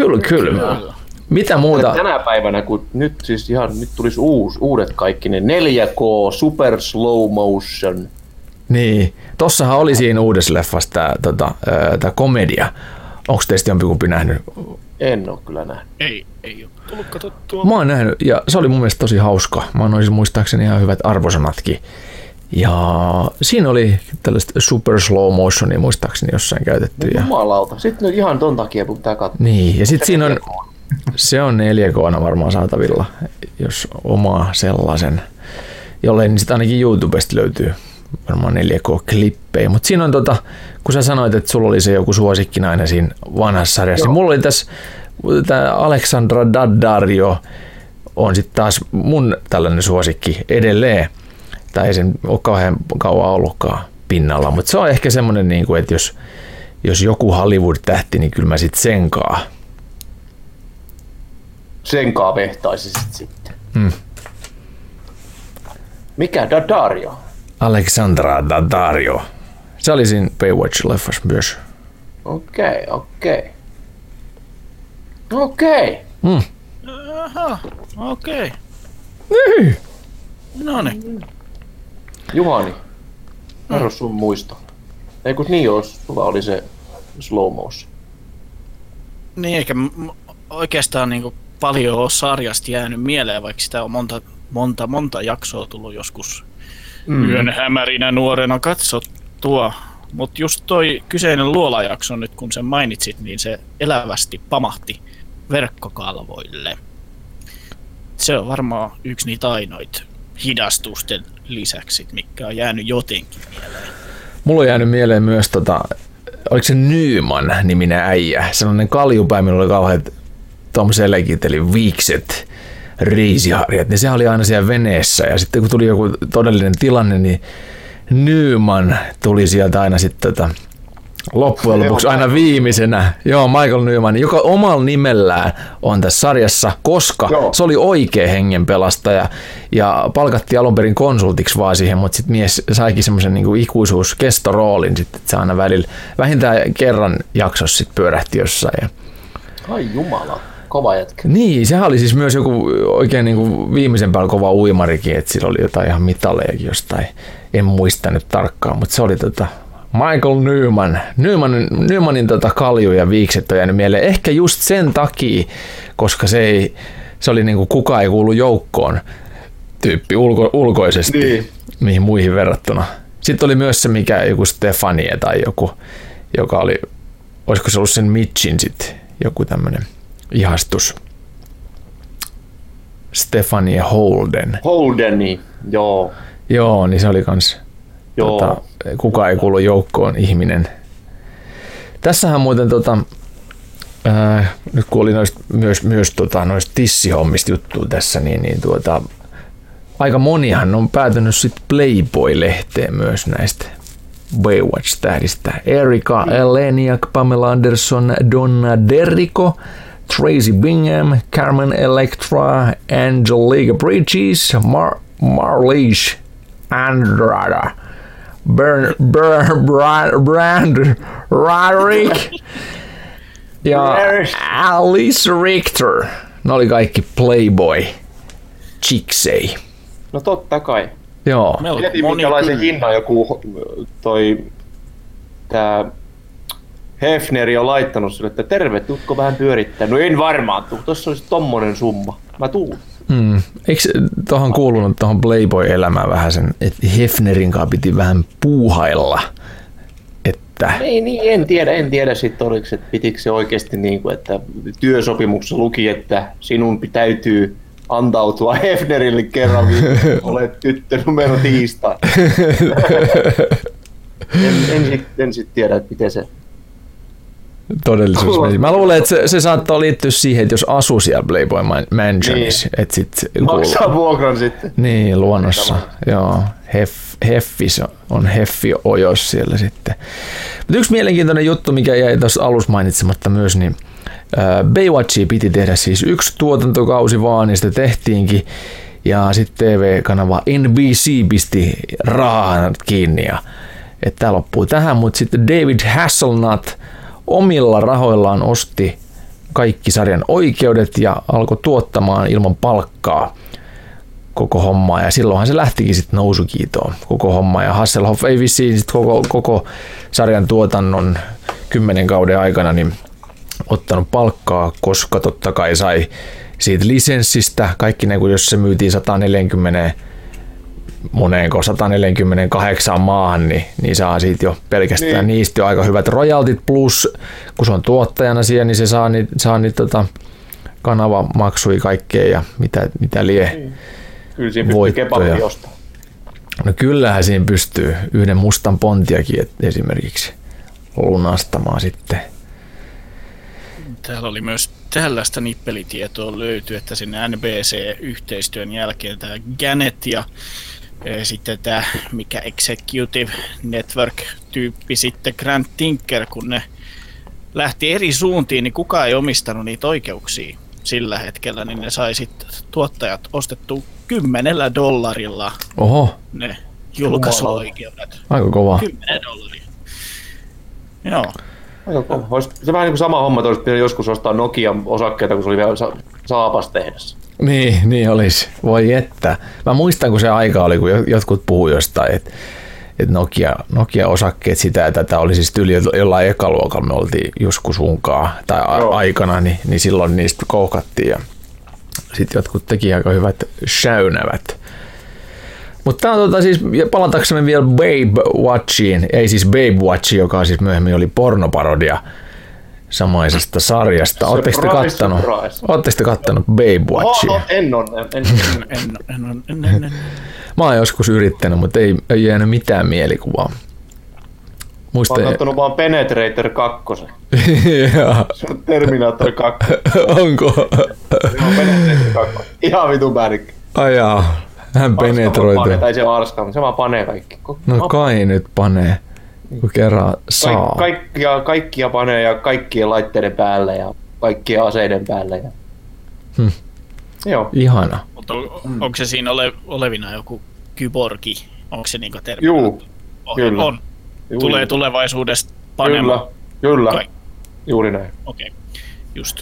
Mitä muuta? Tänä päivänä, kun nyt tulisi uudet kaikki, ne 4K, super slow motion. Niin, tossahan oli siinä uudessa leffassa tämä komedia. Onko teistä jompikumpi nähnyt? En ole kyllä nähnyt. Ei ole tullut katsottua. Mä oon nähnyt ja se oli mun mielestä tosi hauska. Mä annoisin muistaakseni ihan hyvät arvosanatkin. Ja siinä oli tällaista super slow motionia muistaakseni jossain käytetty. Jumalauta, sitten nyt ihan ton takia pitää katsoa. Niin, ja sitten siinä on, se on 4K:na varmaan saatavilla, jos omaa sellaisen, jollei niin sitten ainakin YouTubesta löytyy varmaan 4K-klippejä. Mutta siinä on kun sä sanoit, että sulla oli se joku suosikkinainen siinä vanhassa sarjassa, niin mulla oli tässä tämä Alexandra Daddario on sitten taas mun tällainen suosikki edelleen. Tai ei sen ole kauhean kauan ollutkaan pinnalla, mutta se on ehkä semmoinen, että jos joku Hollywood-tähti, niin kyllä mä sitten senkaa. Senkaa vehtaisi sitten. Mikä Daddario? Alexandra Daddario. Se oli siinä Baywatch-leffassa myös. Okei. Aha, okei. Niin. Noniin. Juhani, kerro sun muisto. Ei kun niin olisi, sulla oli se slow motion. Niin, eikä oikeastaan niin paljon ole sarjasta jäänyt mieleen, vaikka sitä on monta jaksoa tullut joskus yön hämärinä nuorena katsottua. Mutta just toi kyseinen luolajakso nyt, kun sen mainitsit, niin se elävästi pamahti verkkokalvoille. Se on varmaan yksi niitä ainoita hidastusten lisäksi, mikä on jäänyt jotenkin mieleen. Mulla on jäänyt mieleen myös, oliko se Nyman-niminen äijä, sellainen kaljupää, millä oli kauheat tomselekit, eli viikset, reisiharjat, niin se oli aina siellä veneessä, ja sitten kun tuli joku todellinen tilanne, niin Nyman tuli sieltä aina sitten loppujen lopuksi aina viimeisenä. Joo, Michael Nyman, joka omalla nimellään on tässä sarjassa, koska se oli oikea hengenpelastaja ja palkattiin alun perin konsultiksi vaan siihen, mutta sitten mies saikin semmoisen niin kuin ikuisuuskestoroolin, sitten, että se aina välillä vähintään kerran jaksossa sitten pyörähti jossain. Ai jumala, kova jätkä. Niin, sehän oli siis myös joku oikein niin kuin viimeisen päällä kova uimarikin, että sillä oli jotain ihan mitalejakin jostain, en muista nyt tarkkaan, mutta se oli Michael Nymanin kalju ja viikset on jäänyt mieleen. Ehkä just sen takia, koska se oli niinku kukaan ei kuulu joukkoon tyyppi ulkoisesti, mihin muihin verrattuna. Sitten oli myös se, mikä joku Stefanie tai joku, joka oli, olisiko se ollut sen Mitchin sitten, joku tämmöinen ihastus. Stefanie Holden. Holdeni, joo. Joo, niin se oli kans, kuka ei kuulu joukkoon ihminen. Tässähän muuten nyt kun oli noista tissihommista juttua tässä, niin aika monihan on päätynyt sitten Playboy-lehteen myös näistä Baywatch-tähdistä. Erika Eleniak, Pamela Anderson, Donna Derrico, Tracy Bingham, Carmen Electra, Angelica Bridges, Marlies Andrada, Brand Roderick ja Alice Richter. Ne oli kaikki Playboy chicksei. No totta kai. Joo. Mietin minkälaisen hinnan joku tää Hefneri on laittanut sille, että terve, tuutko vähän pyörittää? No en varmaan tuu, tossa olisi tommonen summa. Mä tuun. Eikö tuohon kuulunut tuohon Playboy-elämään vähän sen, että Hefnerin kanssa piti vähän puuhailla? Että... Ei niin, en tiedä sitten oliko, että pitikö se oikeasti niin kuin, että työsopimuksessa luki, että sinun täytyy antautua Hefnerille kerran olet tyttö numero tiistai. en sit tiedä, että miten se... Todellisuus. Mä luulen, että se saattaa liittyä siihen, että jos asuu siellä Playboy Mansionissa, niin. Että sit maksaa vuokran sitten. Niin, luonnossa. Joo, heffis on heffi ojos siellä sitten. Mutta yksi mielenkiintoinen juttu, mikä jäi tuossa alussa mainitsematta myös, niin Baywatchia piti tehdä siis yksi tuotantokausi vaan, niin sitä tehtiinkin. Ja sitten TV-kanava NBC pisti rahan kiinni ja että tämä loppuu tähän, mutta sitten David Hasselnut omilla rahoillaan osti kaikki sarjan oikeudet ja alkoi tuottamaan ilman palkkaa koko hommaa. Ja silloinhan se lähtikin sitten nousukiitoon koko homma. Ja Hasselhoff ei vissiin sit koko sarjan tuotannon 10 kauden aikana niin ottanut palkkaa, koska totta kai sai siitä lisenssistä kaikki ne, jos se myytiin 148 maahan, niin saa siitä jo pelkästään niistä jo aika hyvät royaltit, plus kun se on tuottajana siellä, niin se saa niitä kanavamaksui kaikkea ja mitä lie Kyllä siinä pystyy kebabia ostaa. No kyllähän siinä pystyy yhden mustan pontiakin esimerkiksi lunastamaan sitten. Täällä oli myös tällaista nippelitietoa löytyy, että sinne NBC-yhteistyön jälkeen tämä Gannett ja sitten tämä mikä Executive Network-tyyppi sitten Grant Tinker, kun ne lähti eri suuntiin, niin kukaan ei omistanut niitä oikeuksia sillä hetkellä, niin ne sai sitten tuottajat ostettua $10 Oho. Ne julkaisuoikeudet. Aika kova. $10. Joo. Olisi se vähän niin kuin sama homma, että olisi pitänyt joskus ostaa Nokian osakkeita, kun se oli vielä Saapas tehdessä. Niin olisi. Voi että. Mä muistan, kun se aika oli, kun jotkut puhui jostain, että Nokia-osakkeet sitä ja tätä oli siis tyyli jollain ekaluokalla me oltiin joskus sunkaan tai aikana, niin silloin niistä koukattiin ja sitten jotkut teki aika hyvät säynävät. Mutta tämä on siis, palataksemme vielä Baywatchiin, ei siis Baywatchi, joka siis myöhemmin oli pornoparodia samaisesta sarjasta. Oletteko te kattanut Baywatchia? En. Mä oon joskus yrittänyt, mutta ei jäänyt mitään mielikuvaa. Mä oon kattonut vaan Penetrator 2. Se on Terminator 2. Onko? Joo, Penetrator 2. Ihan vitun väärin. Ai jaa, hän penetroituu. Tai se on Arska, mutta se vaan panee kaikki. No kai nyt panee, kun kerran saa. Kaikkia panee ja kaikkien laitteiden päälle ja kaikkien aseiden päälle. Joo. Ihana. Mutta onko se siinä olevina joku kyborgi? Onko se niinku termi? Juu, kyllä. On. Tulee tulevaisuudesta panemaan. Kyllä. Juuri näin. Okei. Just.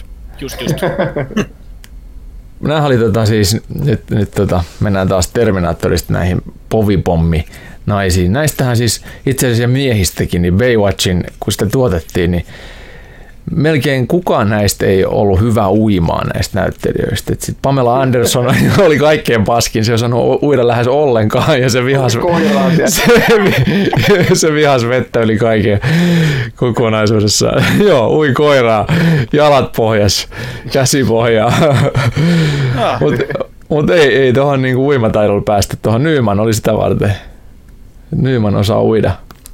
Nämä oli siis, nyt mennään taas Terminaattorista näihin povipommi-naisiin. Näistähän siis itse asiassa miehistäkin, niin Baywatchin, kun sitä tuotettiin, niin melkein kukaan näistä ei ollut hyvä uimaan näistä näyttelijöistä. Sitten Pamela Anderson oli kaikkein paskin, se ei osannut uida lähes ollenkaan ja se vihas vettä yli kaiken kokonaisuudessa. Joo, ui koiraa, jalat pohjas, käsi pohjaa. Mutta ei tuohon niinku uimataidolla päästä, tuohon Nyman oli sitä varten. Nyman osaa uida.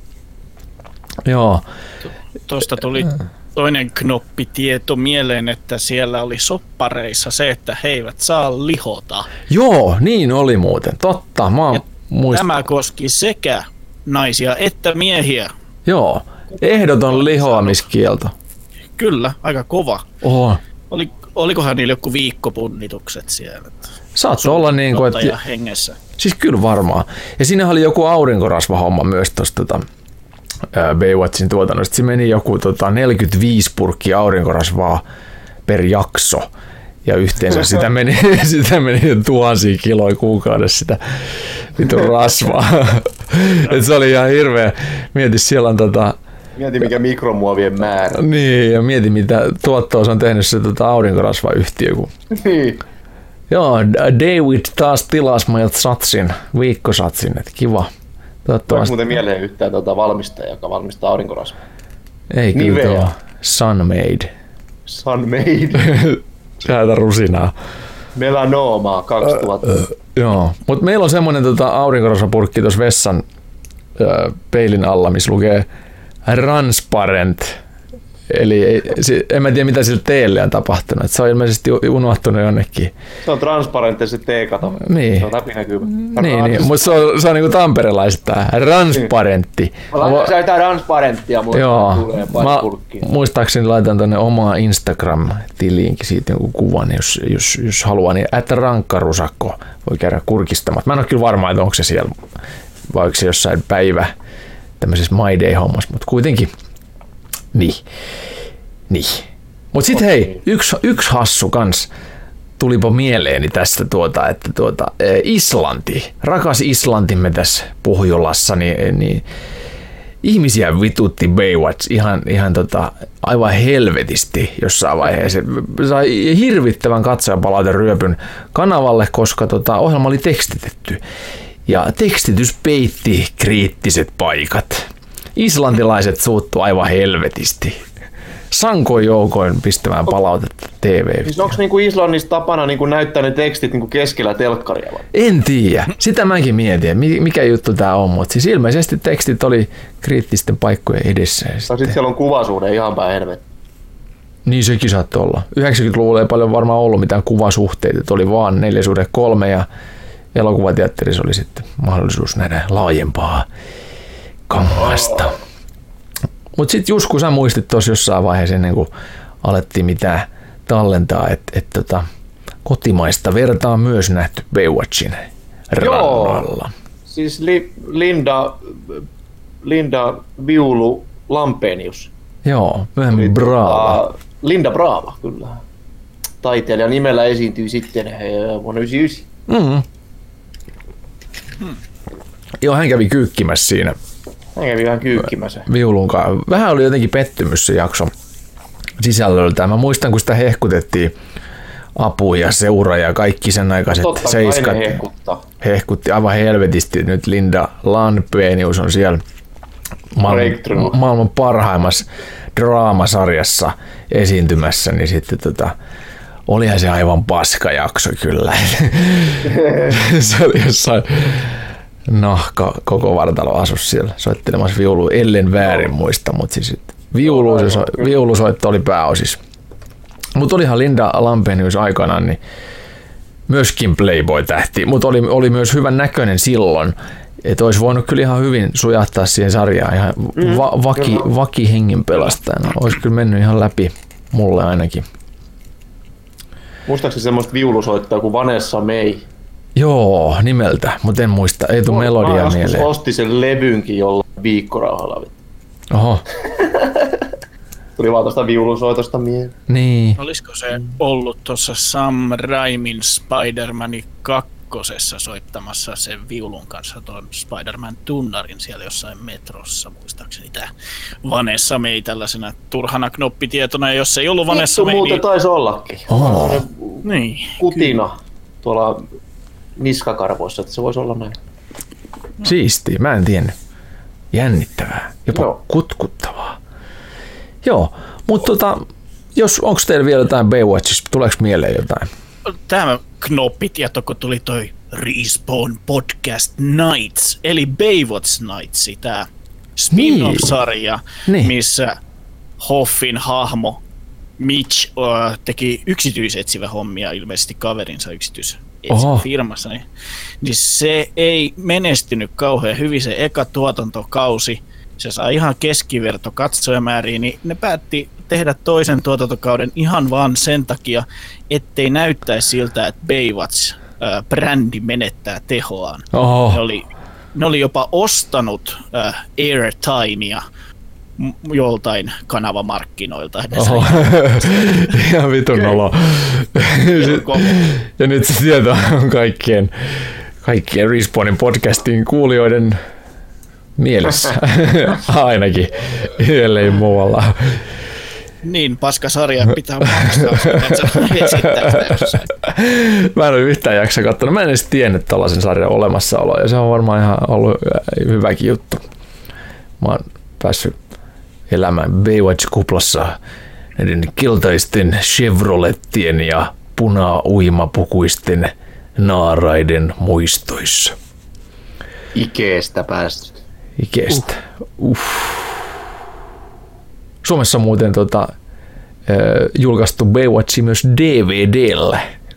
Joo. Tuosta tuli toinen knoppitieto mieleen, että siellä oli soppareissa se, että he eivät saa lihota. Joo, niin oli muuten. Totta, tämä koski sekä naisia että miehiä. Joo, ehdoton lihoamiskielto. Kyllä, aika kova. Oho. Olikohan niillä joku viikkopunnitukset siellä? Saattoi olla niin kuin, että... hengessä. Siis kyllä varmaan. Ja siinä oli joku aurinkorasvahomma myös tuosta Baywatchin tuotannosta. Se meni joku 45 purkkia aurinkorasvaa per jakso. Ja yhteensä sitä meni tuhansia kiloja kuukaudessa sitä vitun rasvaa. Et se oli ihan hirveä. Mieti, siellä on Mieti mikä mikromuovien määrä. Niin, ja mieti mitä tuottoa se on tehnyt se aurinkorasvayhtiö. Niin. Joo, David taas tilasi meiltä viikkosatsin, että kiva. Onko muuten mieleen yhtään valmistaja, joka valmistaa aurinkorasvaa? Ei kyllä tuo Sunmade. Sunmade? Säätä rusinaa. Melanoma 2000. Joo, mutta meillä on semmoinen aurinkorasvapurkki tuossa vessan peilin alla, missä lukee Transparent. Eli en mä tiedä mitä sille teelle on tapahtunut. Se on ilmeisesti unohtunut jonnekin. Se on transparentti se teekato. Niin. Se on läpinäkyvä. Niin. Mutta se on niinku tamperelaista. Transparentti. Se on transparenttia, mutta tulee pari purkkiin. Muistaakseni laitan tonne omaa Instagram-tiliinkin siitä jonkun kuvan, jos haluaa. Niin @rankkarusakko voi käydä kurkistamaan. Mä en ole kyllä varma, että onko se siellä vai onko se jossain päivä tämmöisessä My Day-hommassa, mutta kuitenkin. Niin. Mut sit hei, yksi hassu kans tulipa mieleeni tästä että Islanti, rakas Islantimme tässä Pohjolassa, niin ihmisiä vitutti Baywatch ihan aivan helvetisti jossain vaiheessa. Sai hirvittävän katsojapalauteryöpyn kanavalle, koska ohjelma oli tekstitetty. Ja tekstitys peitti kriittiset paikat. Islantilaiset suuttu aivan helvetisti. Sankoin joukoin pistämään palautetta TV:stä. Siis onko niinku Islannissa tapana niinku näyttää ne tekstit niinku keskellä telkkaria? En tiedä. Sitä mäkin mietin, mikä juttu tää on. Mutta siis ilmeisesti tekstit oli kriittisten paikkojen edessä. Tai sitten siellä on kuvasuhde ihan päin helvetti. Niin sekin saattoi olla. 90-luvulla ei paljon varmaan ollut mitään kuvasuhteita. Oli vaan 4:3 ja elokuvateatterissa oli sitten mahdollisuus nähdä laajempaa kangasta. Mutta sitten Jusku, sä muistit tuossa jossain vaiheessa ennen kuin alettiin mitään tallentaa, että kotimaista vertaa on myös nähty Baywatchin rannalla. Siis Linda Viulu Lampenius. Joo, myöhemmin Brava. Linda Brava, kyllä. Taiteilija nimellä esiintyi sitten vuonna 1999. Joo, hän kävi kyykkimässä siinä. Hän kävi vähän kyykkimässä. Viulunkaan. Vähän oli jotenkin pettymys se jakso sisällöltä. Mä muistan, kun sitä hehkutettiin Apu ja Seura ja kaikki sen aikaiset seiskat. Hehkutti aivan helvetisti. Nyt Linda Lampenius on siellä maailman parhaimmassa draamasarjassa esiintymässä, niin sitten olihan se aivan paskajakso kyllä. Se oli jossain nahka koko asus siellä soittelemassa viulua, ellen väärin muista, mutta siis viulusoitto oli pääosissa. Mutta olihan Linda Lampenius aikanaan niin myöskin Playboy-tähti, mutta oli myös hyvän näköinen silloin, että olisi voinut kyllä ihan hyvin sujahtaa siihen sarjaan ihan vaki hengen pelastajana. Olisi kyllä mennyt ihan läpi mulle ainakin. Muistaakseni semmoista viulusoittaa kuin Vanessa May? Joo, nimeltä, mutta en muista. Ei tule melodia mieleen. Mä ostin sen levynkin jollain viikkorauhalla. Oho. Tuli vaan tuosta viulusoitosta mieleen. Niin. Olisiko se ollut tuossa Sam Raimin Spider-Man 2 kakkosessa soittamassa sen viulun kanssa tuon Spider-Man tunnarin siellä jossain metrossa, muistaakseni tämä Vanessa May tällaisena turhana knoppitietona, jos ei ollut Vanessa May. Muuten taisi ollakin. Niin, kutina tuolla niskakarvoissa, että se voisi olla näin. Siistiä, mä en tiennyt. Jännittävää, jopa kutkuttavaa. Joo, mutta onko teillä vielä jotain Baywatchista, tuleeko mieleen jotain? Tämä knoppitieto, kun tuli toi Respawn Podcast Nights, eli Baywatch Nights, tämä spin-off-sarja, missä Hoffin hahmo Mitch teki yksityisetsivä hommia ilmeisesti kaverinsa firmassa, niin se ei menestynyt kauhean hyvin se eka tuotantokausi. Se sai ihan keskiverto katsojamääriä, niin ne päätti tehdä toisen tuotantokauden ihan vaan sen takia, ettei näyttäisi siltä, että Baywatch-brändi menettää tehoaan. Ne oli jopa ostanut airtimea joltain kanavamarkkinoilta. Ihan vitun olo. Ja nyt se tieto on kaikkien Respawnin podcastin kuulijoiden mielessä. Ainakin, ellei muualla. Niin, paskasarja pitää maksaa, että sä esittää sitä jossain. Mä en ole yhtään jaksa katsonut. Mä en edes tiennyt tällaisen sarjan olemassaoloa, ja se on varmaan ihan ollut hyväkin juttu. Mä oon päässyt elämään Baywatch-kuplassa näiden keltaisten Chevrolettien ja puna-uimapukuisten naaraiden muistoissa. Ikeestä päästy. Ikeestä. Suomessa on muuten julkaistu Baywatchi myös DVD:llä.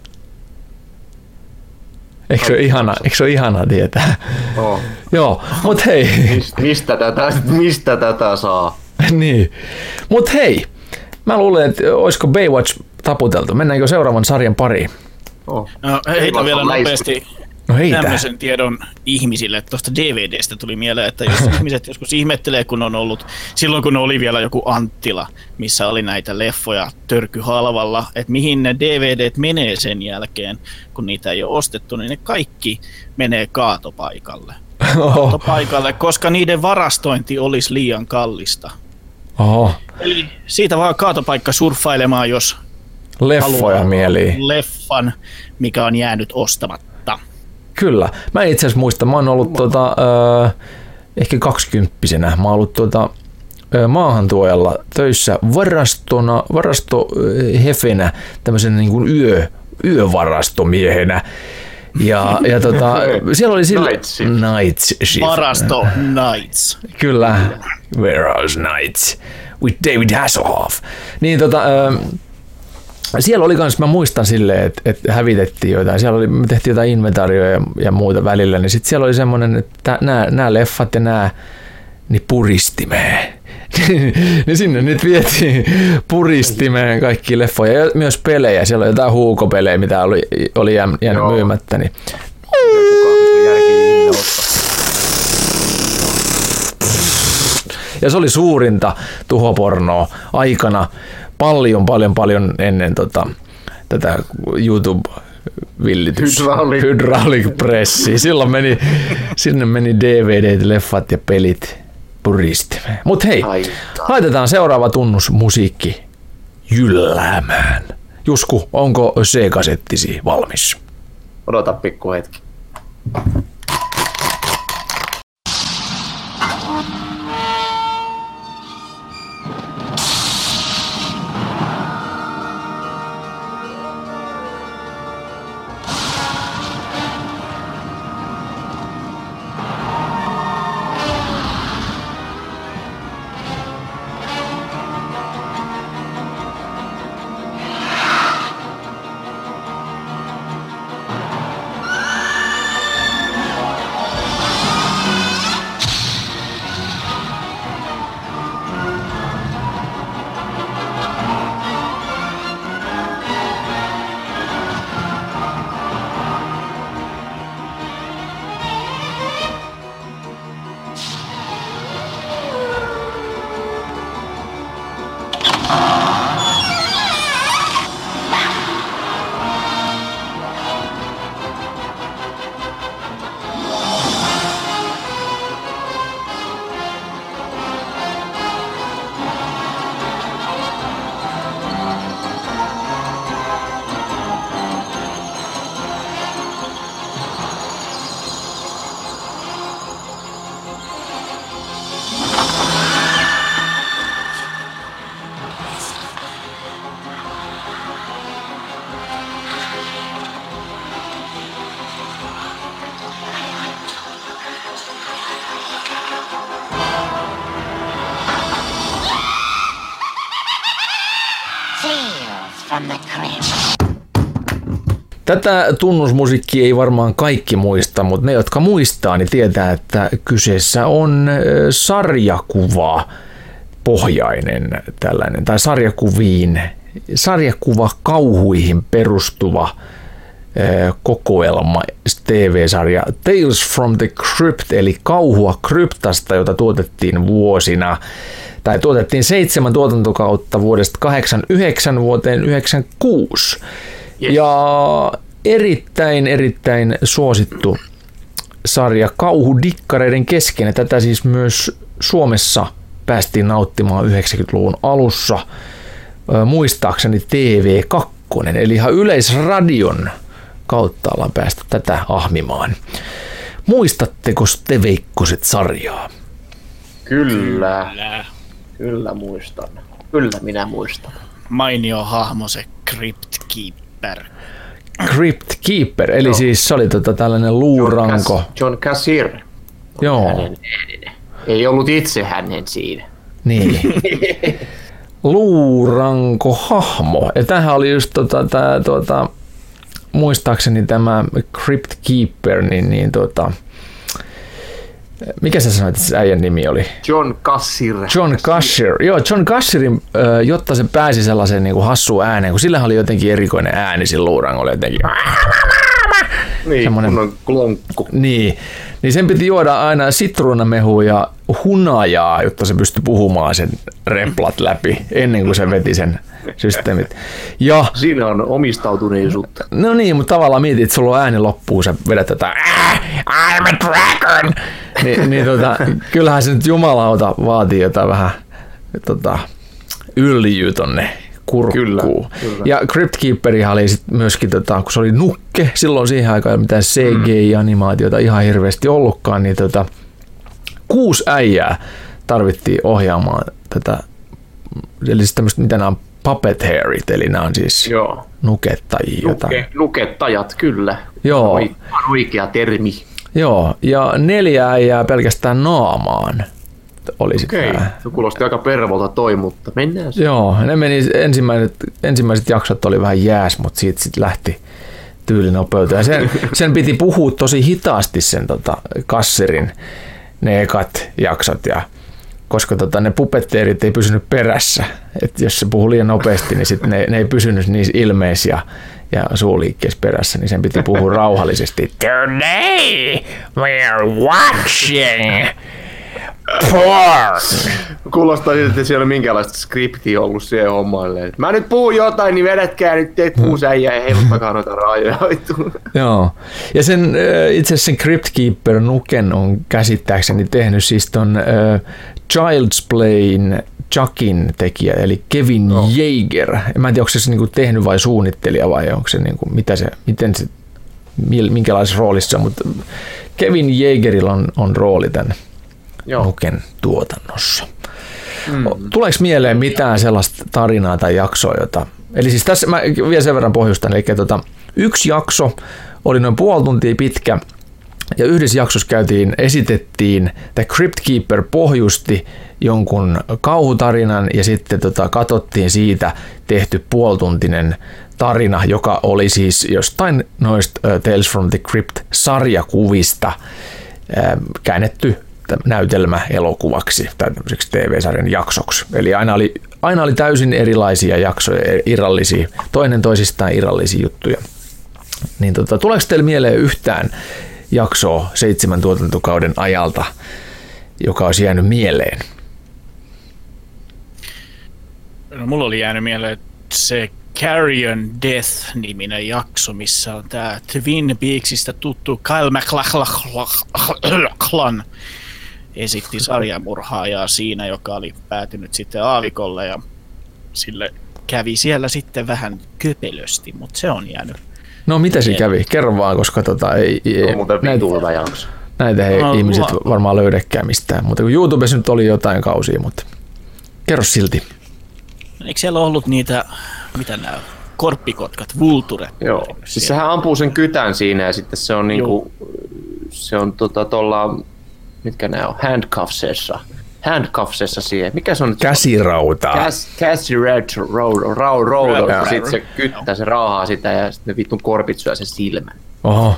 Eikö se ole ihana tietää? Joo, mut hei. Mistä tätä saa? Niin. Mut hei, mä luulen, että olisiko Baywatch taputeltu. Mennäänkö seuraavan sarjan pariin? No, heitä vielä nopeasti tämmöisen tiedon ihmisille. Tuosta DVDstä tuli mieleen, että jos ihmiset joskus ihmettelee, kun on ollut, silloin kun oli vielä joku Anttila, missä oli näitä leffoja törkyhalvalla, että mihin ne DVDt menee sen jälkeen, kun niitä ei ole ostettu, niin ne kaikki menee kaatopaikalle. Koska niiden varastointi olisi liian kallista. Eli siitä vaan kaatopaikka surffailemaan, jos leffoja mieliin. Leffan, mikä on jäänyt ostamatta. Kyllä. Mä itse asiassa muistan, mä oon ollut ehkä 20-vuotiaana. Mä oon ollut maahantuojalla töissä varastohefenä, tämmöisen niin kuin yövarastomiehenä. Ja siellä oli Night Shift. Varasto Nights. Kyllä. Warehouse Nights with David Hasselhoff. Niin siellä oli kans, mä muistan silleen, että hävitettiin jotain. Siellä me tehtiin jotain inventaarioja ja muuta välillä, niin sitten siellä oli semmoinen, että nämä leffat ja nämä niin puristimeen. Niin sinne nyt vietiin puristimeen kaikki leffoja ja myös pelejä. Siellä oli jotain huukopelejä, mitä oli jäänyt myymättä. Niin. Ja se oli suurinta tuhopornoa aikana paljon ennen tätä YouTube-villitystä. Hydraulic pressia. Silloin sinne meni DVD, leffat ja pelit puristimeen. Mut hei, laitetaan seuraava tunnus musiikki jylläämään. Jusku, onko C-kasettisi valmis? Odota pikku hetki. Tätä tunnusmusiikkia ei varmaan kaikki muista, mutta ne, jotka muistaa, niin tietää, että kyseessä on sarjakuva pohjainen tällainen, tai sarjakuva kauhuihin perustuva kokoelma TV-sarja Tales from the Crypt, eli kauhua kryptasta, jota tuotettiin tuotettiin 7 tuotantokautta vuodesta 89 vuoteen 96. Yes. Ja erittäin suosittu sarja kauhudikkareiden kesken. Tätä siis myös Suomessa päästiin nauttimaan 90-luvun alussa. Muistaakseni TV2, eli ihan Yleisradion kautta ollaan päästy tätä ahmimaan. Muistatteko te Veikkoset sarjaa? Kyllä muistan. Kyllä minä muistan. Mainio hahmo se Crypt Keeper. Crypt Keeper, eli siis se oli tällainen luuranko. John Cassier. Joo. Hänen ääninen. Ei ollut itse hänen siinä. Niin. Luuranko hahmo. Ja tämähän oli just muistaakseni tämä Crypt Keeper, mikä sä sanoit, että se äijän nimi oli? John Cassier. Joo, John Cassierin, jotta se pääsi sellaiseen niin kuin hassuun ääneen, kun sillähän oli jotenkin erikoinen ääni sillä luurangolla jotenkin. Niin, semmoinen klonkku. Niin sen piti juoda aina sitruunamehua ja hunajaa, jotta se pystyi puhumaan sen replat läpi ennen kuin se veti sen systeemit. Ja, siinä on omistautuneisuutta. No niin, mutta tavallaan mietit, että sulla on ääni loppuu, sä vedät tätä I'm a dragon! Kyllähän se nyt jumalauta vaatii jotain vähän yllyy tonne kurkkuun. Kyllä. Ja Crypt Keeperihan oli sit myöskin, kun se oli nukke, silloin siihen aikaan ei mitään CGI-animaatiota ihan hirveästi ollutkaan, niin 6 äijää tarvittiin ohjaamaan tätä, eli siis tämmöistä, mitä nämä on puppet-hairit, eli nämä on siis nukettajia. Nukettajat, kyllä. Joo. Oikea termi. Joo, ja 4 äijää pelkästään naamaan. Okei, se kuulosti aika pervolta toi, mutta mennään sen. Joo, ne meni ensimmäiset jaksot oli vähän jääs, mutta siitä sitten lähti tyylinopeuteen. Sen piti puhua tosi hitaasti sen Cassierin ne ekat jaksot, koska ne pupetteerit ei pysynyt perässä. Et jos se puhui liian nopeasti, niin sit ne ei pysynyt niissä ilmeissä ja suuliikkeessä perässä, niin sen piti puhua rauhallisesti. Today we're watching porn. Kuulostaa siltä, että siellä ei ole minkäänlaista skriptiä ollut siihen hommaille. Mä nyt puhun jotain, niin vedätkää nyt teet 6 äijää ja heiluttakaa noita rajoja. Joo. Ja itse asiassa sen Crypt Keeper nuken on käsittääkseni tehnyt siis ton Child's Playn Chuckin tekijä, eli Kevin Yeager. Mä en tiedä, onko se niinku tehnyt vai suunnittelija vai onko se niinku, minkälaisessa roolissa, mutta Kevin Yeagerilla on rooli tämän nuken tuotannossa. Tuleeko mieleen mitään sellaista tarinaa tai jaksoa, eli siis tässä mä vielä sen verran pohjustan, eli yksi jakso oli noin puoli tuntia pitkä, ja yhdessä jaksossa esitettiin, että Crypt Keeper pohjusti jonkun kauhutarinan, ja sitten katsottiin siitä tehty puolituntinen tarina, joka oli siis jostain noista Tales from the Crypt-sarjakuvista käännetty näytelmä-elokuvaksi tai tämmöiseksi TV-sarjan jaksoksi. Eli aina oli täysin erilaisia jaksoja, irrallisia, toinen toisistaan irrallisia juttuja. Niin tuleeko teille mieleen yhtään jaksoa 7 tuotantokauden ajalta, joka olisi jäänyt mieleen? No, mulla oli jäänyt mieleen se Carrion Death-niminen jakso, missä on tää Twin Peaksista tuttu Kyle MacLachlan esitti sarjamurhaajaa siinä, joka oli päätynyt sitten aavikolle ja sille kävi siellä sitten vähän köpelösti, mutta se on jäänyt. No mitä se kävi? Kerro vaan, koska näitä ihmiset varmaan löydäkään mistään, mutta kun YouTubessa nyt oli jotain kausia, mutta kerro silti. Eikö siellä ollut niitä, mitä nämä korppikotkat, vulturet? Joo, siis sehän ampuu sen kytän siinä ja sitten se on niinku, se on tuolla, mitkä nämä on, handcuffsessa siihen. Mikä se on nyt? Käsirautaa. Rauda. Sitten se kyttää, se raahaa sitä ja sitten ne vittun korpit syö sen silmän. Oho.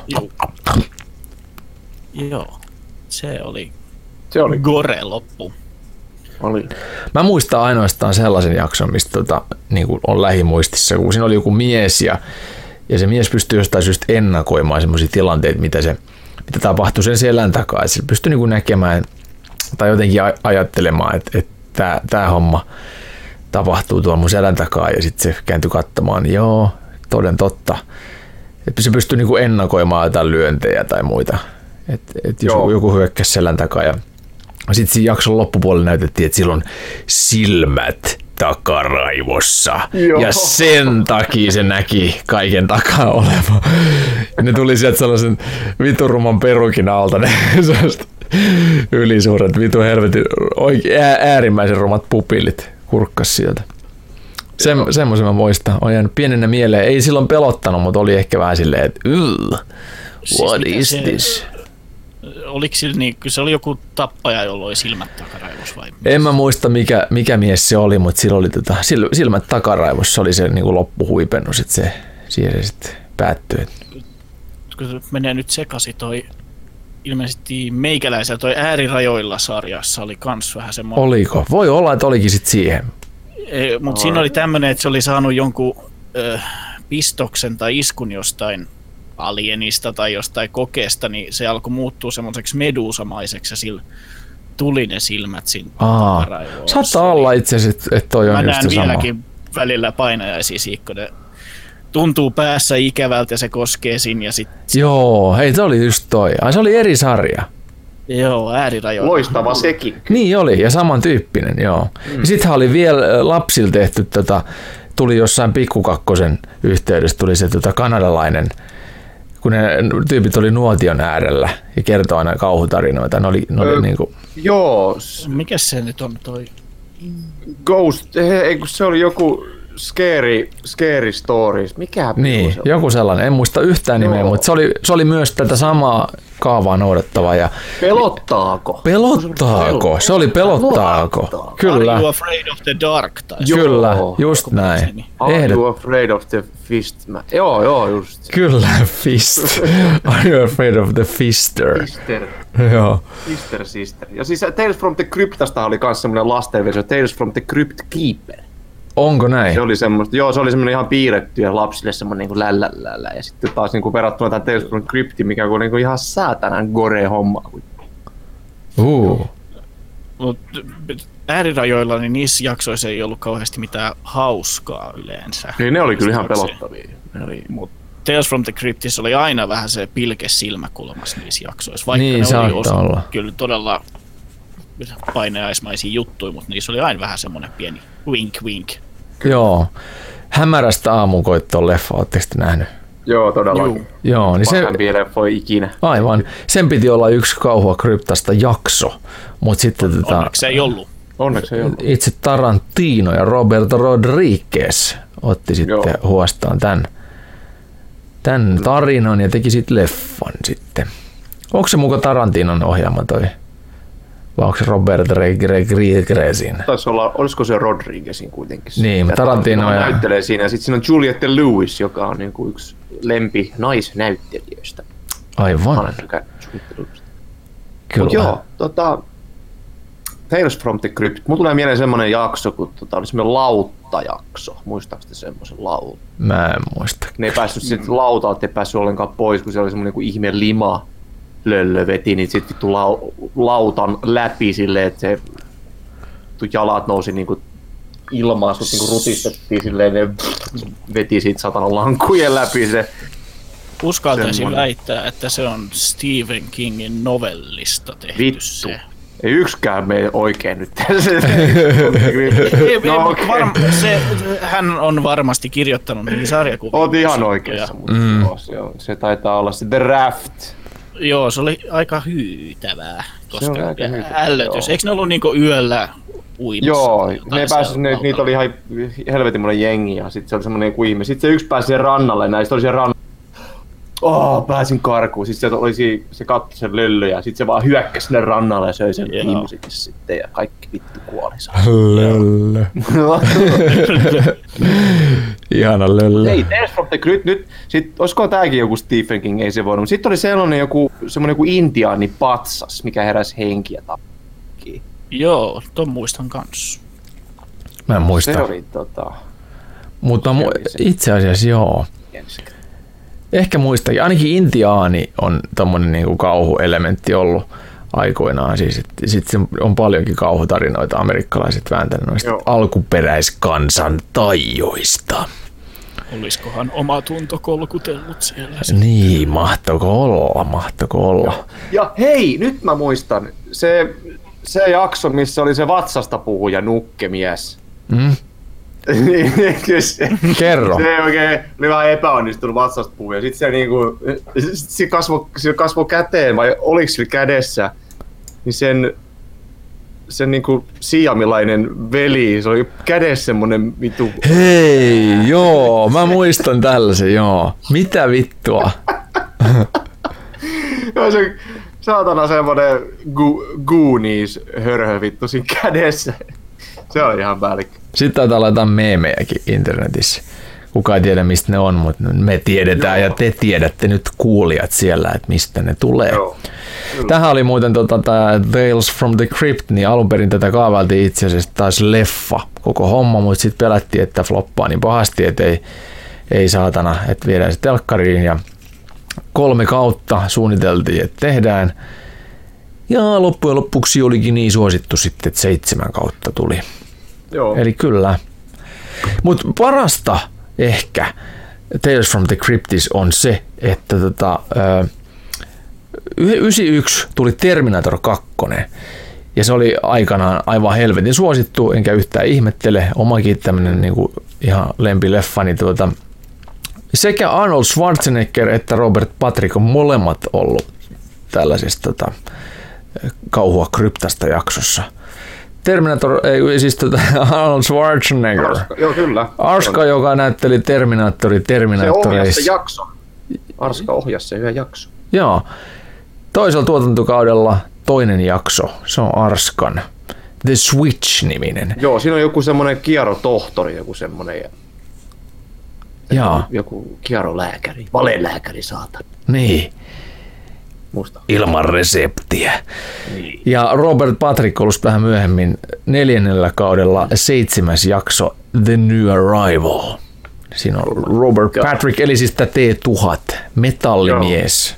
Joo. Se oli gore loppu. Oli. Mä muistan ainoastaan sellaisen jakson, mistä niin kuin on lähimuistissa, kun siinä oli joku mies ja se mies pystyi jostain syystä ennakoimaan semmoisia tilanteita, mitä tapahtui sen selän takaa. Et se pystyi niin kuin näkemään tai jotenkin ajattelemaan, että tämä homma tapahtuu tuolla mun selän takaa ja sitten se kääntyi katsomaan, niin joo, toden totta. Että se pystyi niin kuin ennakoimaan jotain lyöntejä tai muita. Että jos joku hyökkäsi selän takaa ja sitten siinä jakson loppupuolella näytettiin, että sillä on silmät takaraivossa. Joo. Ja sen takia se näki kaiken takaa olevan. Ne tuli sieltä sellaisen viturumman perukin alta, ne ylisuuret vitu helvetin äärimmäisen rumat pupillit kurkkas sieltä. Semmoisen mä muistan. On jäänyt pienenä mieleen. Ei silloin pelottanut, mutta oli ehkä vähän silleen, että what is this? Oliko se oli joku tappaja, jolla oli silmät takaraivossa vai? En mä muista mikä mies se oli, mutta sillä oli silmät takaraivossa. Se oli se niin kuin loppuhuipennus, että siihen se sitten päättyi. Kun menee nyt sekaisin toi, ilmeisesti meikäläisellä toi Äärirajoilla -sarjassa oli kans vähän semmoinen. Oliko? Voi olla, että olikin sitten siihen. Mutta siinä oli tämmöinen, että se oli saanut jonkun pistoksen tai iskun jostain alienista tai jostain kokeesta, niin se alkoi muuttua semmoiseksi meduusamaiseksi ja sillä tuli ne silmät siinä takaraivoon. Saattaa olla itse asiassa, että toi on just se sama. Mä näen vieläkin välillä painajaisia siikkoja. Tuntuu päässä ikävältä ja se koskee siinä ja sitten... Joo, hei se oli just toi. Se oli eri sarja. Joo, Äärirajoilla. Loistava sekin. Niin oli, ja samantyyppinen, joo. Ja sittenhän oli vielä lapsilla tehty, tuli jossain Pikkukakkosen yhteydessä, tuli se kanadalainen, kun ne tyypit oli nuotion äärellä ja kertoi aina kauhutarinoita. Ne oli niinku... Joo. Mikäs se nyt on toi? Ghost, se oli joku Scary Stories. Mikä niin, se joku sellainen. En muista yhtään nimeä, mutta se oli myös tätä samaa kaavaa noudattava. Ja Pelottaako? Se oli pelottaako. Kyllä. Are you afraid of the dark? Kyllä, just näin. Are you afraid of the fist? Joo, just. Kyllä, fist. Are you afraid of the fister? Fister. Joo. Sister. Ja siis Tales from the Cryptasta oli myös semmoinen lastenversio, Tales from the Crypt Keeper. Onko näin? Se oli semmoista, se oli semmoinen ihan piirretty ja lapsille semmoinen niin lällällä. Ja sitten taas niin verrattuna tähän Tales from the Cryptiin, mikä on niin ihan säätänän gore-homma. Mut Äärirajoilla, niin niissä jaksoissa ei ollut kauheasti mitään hauskaa yleensä. Niin ne oli kyllä ihan pelottavia. Mut Tales from the Cryptissä oli aina vähän se pilke silmäkulmassa niissä jaksoissa. Vaikka niin, ne oli olla. Kyllä todella painajaismaisia juttuja, mutta niissä oli aina vähän semmoinen pieni wink. Joo. Hämärästä aamunkoittoon leffa, ootteko te nähnyt? Joo, todellakin. Joo, niin se... Parhaimpia leffoja ikinä. Aivan. Sen piti olla yksi Kauhua Kryptasta jakso, mutta sitten... Onneksi ei ollut. Itse Tarantino ja Roberto Rodriguez otti sitten huostaan tämän tarinan ja teki sitten leffan sitten. Onko se muka Tarantinon ohjaama toi? Vai onko se Robert Rodriguezin? Taisi olla, olisiko se Rodriguezin kuitenkin? Niin, Tarantino näyttelee siinä. Ja sitten siinä on Juliette Lewis, joka on niinku yksi lempi naisnäyttelijöistä. Aivan. Kyllä. Mut joo, Tales from the Crypt. Mulla tulee mieleen semmonen jakso, kun oli semmonen lautta-jakso. Muistaaks te semmosen lauta? Mä en muista. Ne ei päässyt sit lautalta, ei päässyt ollenkaan pois, kun se oli semmonen kuin ihme lima. Löllö veti, niin sit vittu lautan läpi silleen, että se jalat nousi niinku ilmaan, sut niinku rutistettiin silleen, ne veti siitä satanan lankkujen läpi se. Uskaltaisin väittää, että se on Stephen Kingin novellista tehty vittu. Se. Ei yksikään mene oikein nyt. Hän on varmasti kirjoittanut niihin sarjakuvia. Oot ihan oikeassa, mutta se taitaa olla se The Raft. Joo, se oli aika hyytävää, koska ällötys. Eikö ne ollut niinku yöllä uimassa? Joo, ne pääsi, niitä oli ihan helvetin monen jengi ja sitten se oli semmonen kuin ihme. Sitten se yksi pääsi siihen rannalle, näistä oli siellä Pääsin karkuun. Sitten se katsoi sen löllö ja sitten se vaan hyökkäsi sinne rannalle ja söi sen viimusikin sitten ja kaikki vittu kuoli. Löllö. Ihana löllö. Hei, Tales from the Crypt nyt. Olisiko tääkin joku Stephen King, ei se voinut. Mutta sitten oli semmoinen joku intiaani patsas, mikä heräsi henkiä tappii. Joo, ton muistan kans. Mä en muista. Se oli Mutta itse asiassa joo. Ehkä muistakin. Ainakin intiaani on tommonen niinku kauhuelementti ollut aikoinaan. Siis, sitten on paljonkin kauhutarinoita amerikkalaiset vääntänyt noista alkuperäiskansan taijoista. Olisikohan oma tunto kolkutellut siellä? Niin, mahtoiko olla. Ja hei, nyt mä muistan. Se jakso, missä oli se vatsasta puhuja nukkemies. Kerro. Se oikein oli vähän epäonnistunut vatsasta puhuja. Sitten se kasvoi käteen, vai oliko sillä kädessä, niin sen niinku siamilainen veli, se oli kädessä semmonen vitu. Hei, joo, mä muistan tällaisen, joo. Mitä vittua? Se saatana semmonen Goonies hörhö vittu siinä kädessä. Se on ihan päällikkö. Sitten taitaa olla jotain meemejäkin internetissä. Kukaan ei tiedä, mistä ne on, mutta me tiedetään ja te tiedätte nyt kuulijat siellä, että mistä ne tulee. Joo. Tähän oli muuten tämä Tales from the Crypt, niin alun perin tätä kaavailtiin itse asiassa taas leffa koko homma, mutta sitten pelättiin, että floppaa niin pahasti, että ei saatana, että viedään se telkkariin ja 3 kautta suunniteltiin, että tehdään. Ja loppujen lopuksi olikin niin suosittu sitten, että 7 kautta tuli. Joo. Eli kyllä. Mutta parasta ehkä Tales from the Cryptis on se, että 91 tuli Terminator 2. Ja se oli aikanaan aivan helvetin suosittu, enkä yhtään ihmettele. Omakin tämmönen niinku ihan lempileffa. Niin sekä Arnold Schwarzenegger että Robert Patrick on molemmat ollut tällaisesta kauhua kryptasta jaksossa. Terminator, ei siis Arnold Schwarzenegger. Joo, kyllä. Arska, joka näytteli Terminaattoreissa. Se ohjasi se jakso. Arska ohjasi se yhden jakso. Joo. Toisella tuotantokaudella toinen jakso. Se on Arskan. The Switch-niminen. Joo, siinä on joku semmoinen kierotohtori, joku semmoinen. Joku kierolääkäri, valelääkäri saatan. Niin. Musta. Ilman reseptiä. Niin. Ja Robert Patrick ollut vähän myöhemmin 4. kaudella 7. jakso The New Arrival. Siinä on Robert Patrick, eli siis tämä T-1000, metallimies.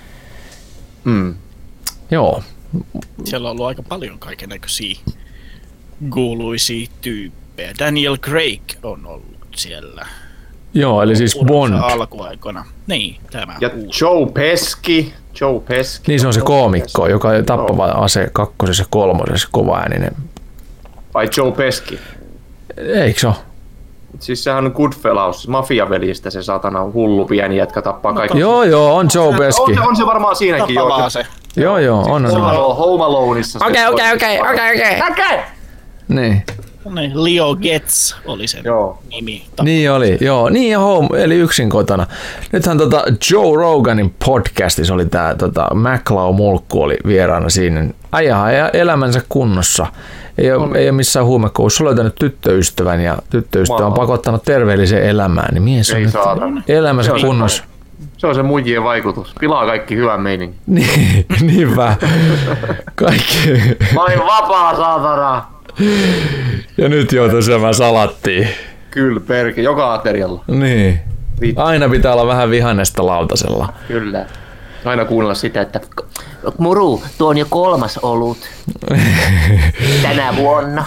Joo. Siellä on ollut aika paljon kaikennäköisiä kuuluisia tyyppejä. Daniel Craig on ollut siellä. Joo, eli siis Bond. Alkuaikona. Niin, tämä ja uusi. Joe Pesci. Niin se on se koomikko, joka tappava ase 2. ja 3. kovaääninen. Vai Joe Pesci? Eikö se ole? Siis sehän on Goodfellas, mafiavelistä se satana hullu pieni jätkä tappaa kaikki. Joo, on Joe Pesci. On se varmaan siinäkin. Tappavaa se. Joo, on. Home Aloneissa. Okei. Niin. Leo Getz oli sen nimi. Niin oli, joo. Niin ja Home, eli yksin kotona. Nythän Joe Roganin podcastissa oli tää McLeod Mulkku oli vieraana siinä. Ajaa elämänsä kunnossa. Ei ole missään huumekoukussa löytänyt tyttöystävän ja tyttöystävä on pakottanut terveelliseen elämään. Niin mies on nyt elämänsä kunnossa. Se on se muijien vaikutus. Pilaa kaikki hyvän meininki. Niinpä. Kaikki. Mä oon vapaa, saatana. Ja nyt joutuu syömään salattia. Kyllä, perke. Joka aterialla. Niin. Aina pitää olla vähän vihannesta lautasella. Kyllä. Aina kuunnella sitä, että muru, tuo on jo 3. olut. Tänä vuonna.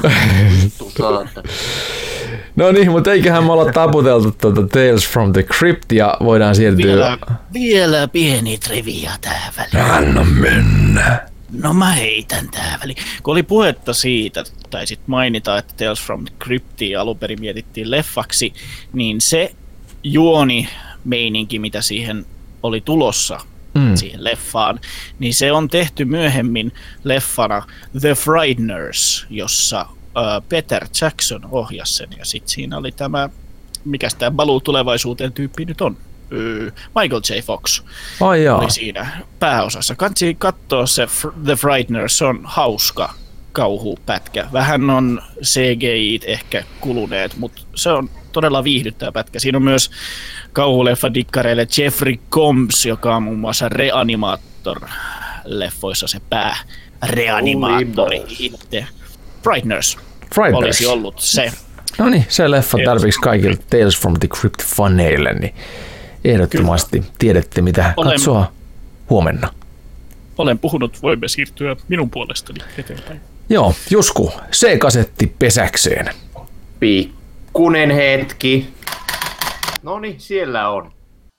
No niin, mutta eiköhän me olla taputeltu Tales from the Crypt ja voidaan siirtyä... Vielä pieni trivia tähän väliin. Anna mennä. No mä heitän tähän väliin. Kun oli puhetta siitä, tai sitten mainita, että Tales from the Cryptia alun perin mietittiin leffaksi, niin se juoni-meininki, mitä siihen oli tulossa siihen leffaan, niin se on tehty myöhemmin leffana The Frighteners, jossa Peter Jackson ohjasi sen, ja sitten siinä oli tämä, mikäs tämä Baloo tulevaisuuteen tyyppi nyt on? Michael J. Fox Oli siinä pääosassa. Kansi katsoa se The Frighteners, se on hauska kauhupätkä. Vähän on CGI ehkä kuluneet, mutta se on todella viihdyttävä pätkä. Siinä on myös kauhuleffa-dikkareille Jeffrey Combs, joka on muun muassa Reanimator-leffoissa se pääreanimaattori itse. Frighteners olisi ollut se. No niin, se leffa tarvitsisi kaikille Tales from the Crypt-faneille, niin ehdottomasti tiedätte mitä katsoa huomenna. Olen puhunut, voimme siirtyä minun puolestani eteenpäin. Joo, Jusku, C-kasetti pesäkseen. Pikkunen hetki. Noni, siellä on.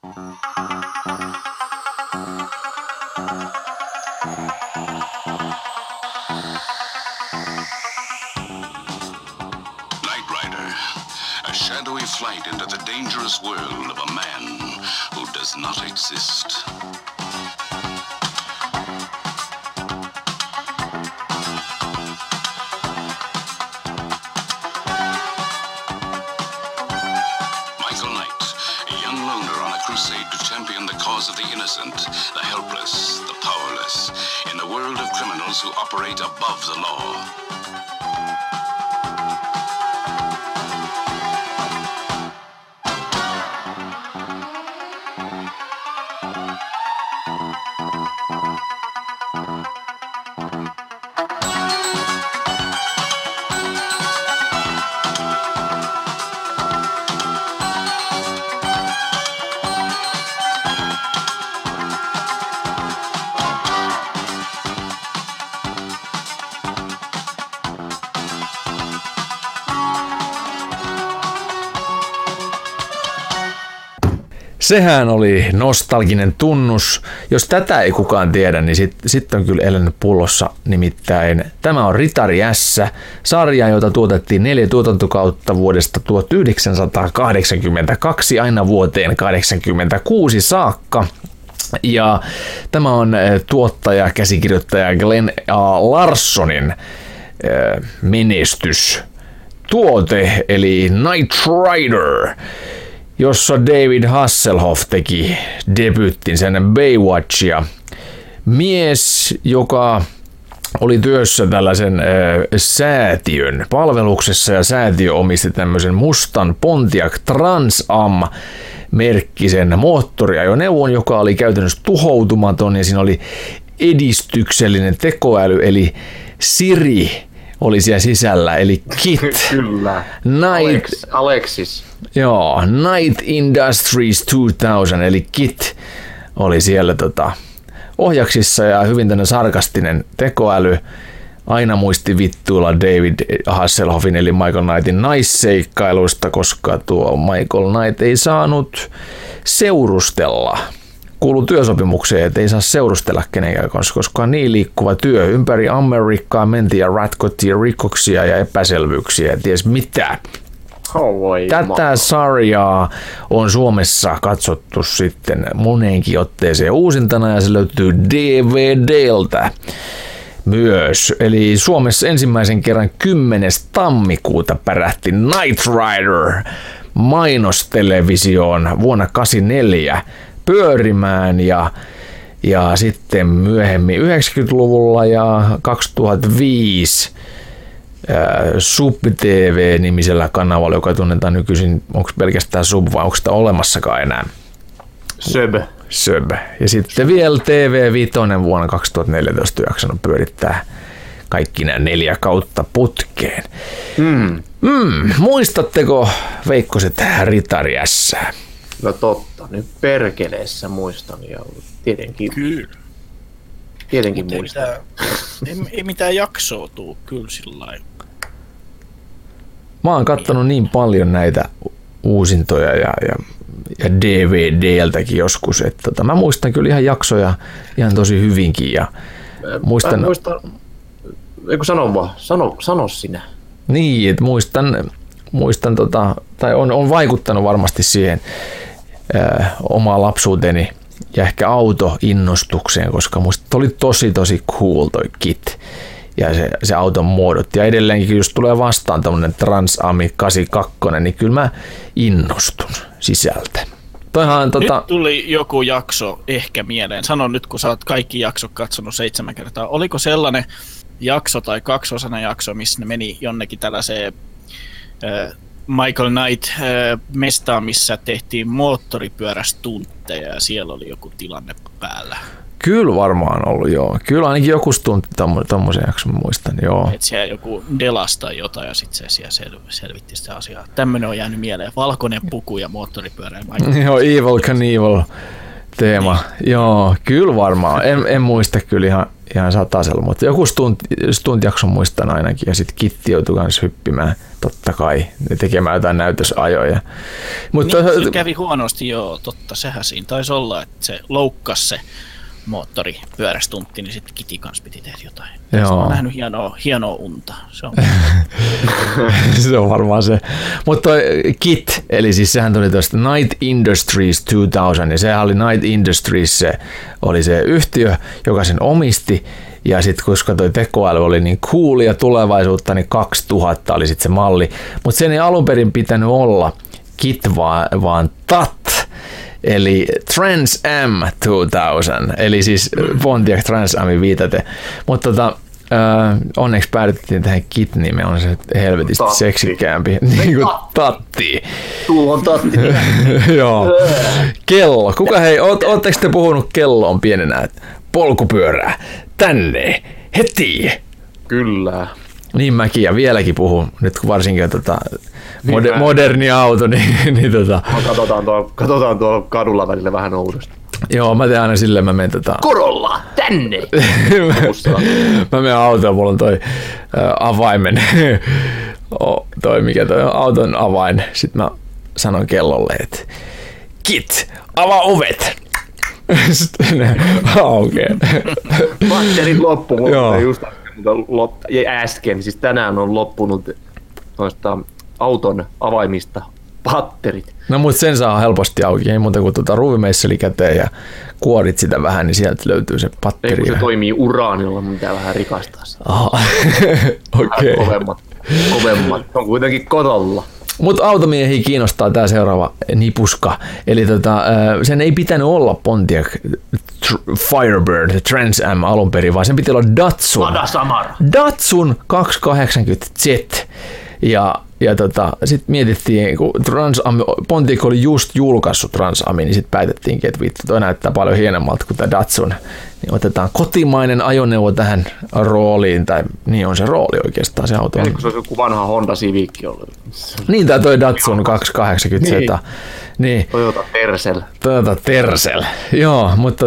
A shadowy flight into the dangerous world of a man who does not exist. Michael Knight, a young loner on a crusade to champion the cause of the innocent, the helpless, the powerless, in a world of criminals who operate above the law. Sehän oli nostalginen tunnus. Jos tätä ei kukaan tiedä, niin sitten on kyllä elänyt pullossa. Nimittäin tämä on Ritari S, sarja, jota tuotettiin 4 tuotantokautta vuodesta 1982 aina vuoteen 1986 saakka. Ja tämä on tuottaja, käsikirjoittaja Glenn A. Larssonin menestystuote, eli Knight Rider, jossa David Hasselhoff teki debyyttinsä ennen Baywatchia. Mies, joka oli työssä tällaisen säätiön palveluksessa, ja säätiö omisti tämmöisen mustan Pontiac Trans Am -merkkisen moottoriajoneuvon, joka oli käytännössä tuhoutumaton, ja siinä oli edistyksellinen tekoäly, eli Siri oli siellä sisällä, eli KIT. Kyllä. Alexis. Joo, Knight Industries 2000, eli KIT oli siellä ohjaksissa, ja hyvin tämmöinen sarkastinen tekoäly. Aina muisti vittuilla David Hasselhoffin eli Michael Knightin naisseikkailuista, koska tuo Michael Knight ei saanut seurustella. Kuuluu työsopimukseen, että ei saa seurustella kenenkään, koska on niin liikkuva työ. Ympäri Amerikkaa mentiin ja ratkottiin rikoksia ja epäselvyyksiä ja ties mitä. Tätä sarjaa on Suomessa katsottu sitten moneenkin otteeseen uusintana, ja se löytyy DVDltä myös. Eli Suomessa ensimmäisen kerran 10. tammikuuta pärähti Knight Rider mainostelevisioon vuonna 1984 pyörimään, ja sitten myöhemmin 90-luvulla ja 2005 Sub TV-nimisellä kanavalla, joka tunnetaan nykyisin, onko pelkästään Sub vai onko sitä olemassakaan enää? Söb. Ja sitten vielä TV5 vuonna 2014 jaksanut pyörittää kaikki nämä 4 kautta putkeen. Muistatteko, veikkoset, Ritari S? No totta, nyt perkeleessä muistan, ja tietenkin. Kyllä. Tietenkin muistan. Ei mitään jaksoa tuu kyllä sillä lailla. Mä oon kattonut niin paljon näitä uusintoja ja DVDltäkin joskus, että mä muistan kyllä ihan jaksoja ihan tosi hyvinkin. Ja muistan, eikö sano vaan, sano sinä. Niin, että muistan tai on vaikuttanut varmasti siihen omaan lapsuuteni ja ehkä autoinnostukseen, koska musta oli tosi cool toi KIT ja se auton muodot. Ja edelleenkin, jos tulee vastaan tämmönen Trans Ami 82, niin kyllä mä innostun sisältä. Toihan, Nyt tuli joku jakso ehkä mieleen. Sano nyt, kun sä oot kaikki jaksot katsonut 7 kertaa. Oliko sellainen jakso tai 2-osainen jakso, missä ne meni jonnekin tällaiseen Michael Knight mestaan, missä tehtiin moottoripyörästuntteja ja siellä oli joku tilanne päällä? Kyllä varmaan ollut, joo. Kyllä ainakin joku stunti tommosen jakson muistan, joo. Että siellä joku delasta jotain ja sitten se siellä selvitti sitä asiaa. Tämmöinen on jäänyt mieleen. Valkoinen puku ja moottoripyörä. Joo, Evil Knievel teema. Niin. Joo, kyllä varmaan. En muista kyllä ihan satasella, mutta joku stuntijakson muistan ainakin. Ja sitten Kitti joutui kanssa hyppimään, totta kai, tekemään jotain näytösajoja. Mutta niin, se kävi huonosti, joo, totta. Sehän siinä taisi olla, että se loukkasi se moottoripyörästuntti, niin sitten Kiti kanssa piti tehdä jotain. Joo. Mä oon nähnyt hienoa unta. Se on, se on varmaan se. Mutta KIT, eli siis sehän tuli tuosta Knight Industries 2000, ja sehän oli Knight Industries, se oli se yhtiö, joka sen omisti, ja sitten koska toi tekoäly oli niin cool ja tulevaisuutta, niin 2000 oli sitten se malli. Mutta sen ei alun perin pitänyt olla KIT, vaan TAT, eli Trans Am 2000, eli siis Pontiac Trans Amin viitate. Mutta onneksi päädyttiin tähän KIT-nimeen, on se helvetisti seksikkäämpi. Niin kuin Tatti. Tuo on Tatti. Joo. Kello. Ootteko te puhunut kelloon pienenä? Polkupyörää. Tänne. Heti. Kyllä. Niin mäkin ja vieläkin puhun, nyt kun varsinkin moderni auto, niin katsotaan tuolla kadulla välillä vähän oudosti. Joo, mä teen aina silleen, mä menen Korolla, tänne! mä menen autoon, mulla on toi avaimen, mikä toi auton avain. Sitten mä sanon kellolle, että KIT, avaa ovet! Sitten ne aukeaa. Batterit loppu, just äsken, siis tänään on loppunut noista auton avaimista patterit. No mutta sen saa helposti auki, ei muuta kuin ruuvimeisseli käteen ja kuorit sitä vähän, niin sieltä löytyy se patteri. Ei kun se toimii uraanilla, mun pitää vähän rikastaa sitä. Okei. Kovemmat. On kuitenkin kotolla. Mutta automiehiä kiinnostaa tämä seuraava nipuska. Eli sen ei pitänyt olla Pontiac Firebird Trans Am alun perin, vaan sen piti olla Datsun 280Z. Ja sitten mietittiin, kun Pontiac oli just julkaissut Trans Amin, niin sitten päätettiinkin, että vittu, toi näyttää paljon hienommalta kuin tämä Datsun. Niin otetaan kotimainen ajoneuvo tähän rooliin, tai niin on se rooli oikeastaan se auto. Eli kun se olisi joku vanha Honda Civic ollut. Niin, tai toi Datsun 280Z. Niin. Toyota Tercel. Joo, mutta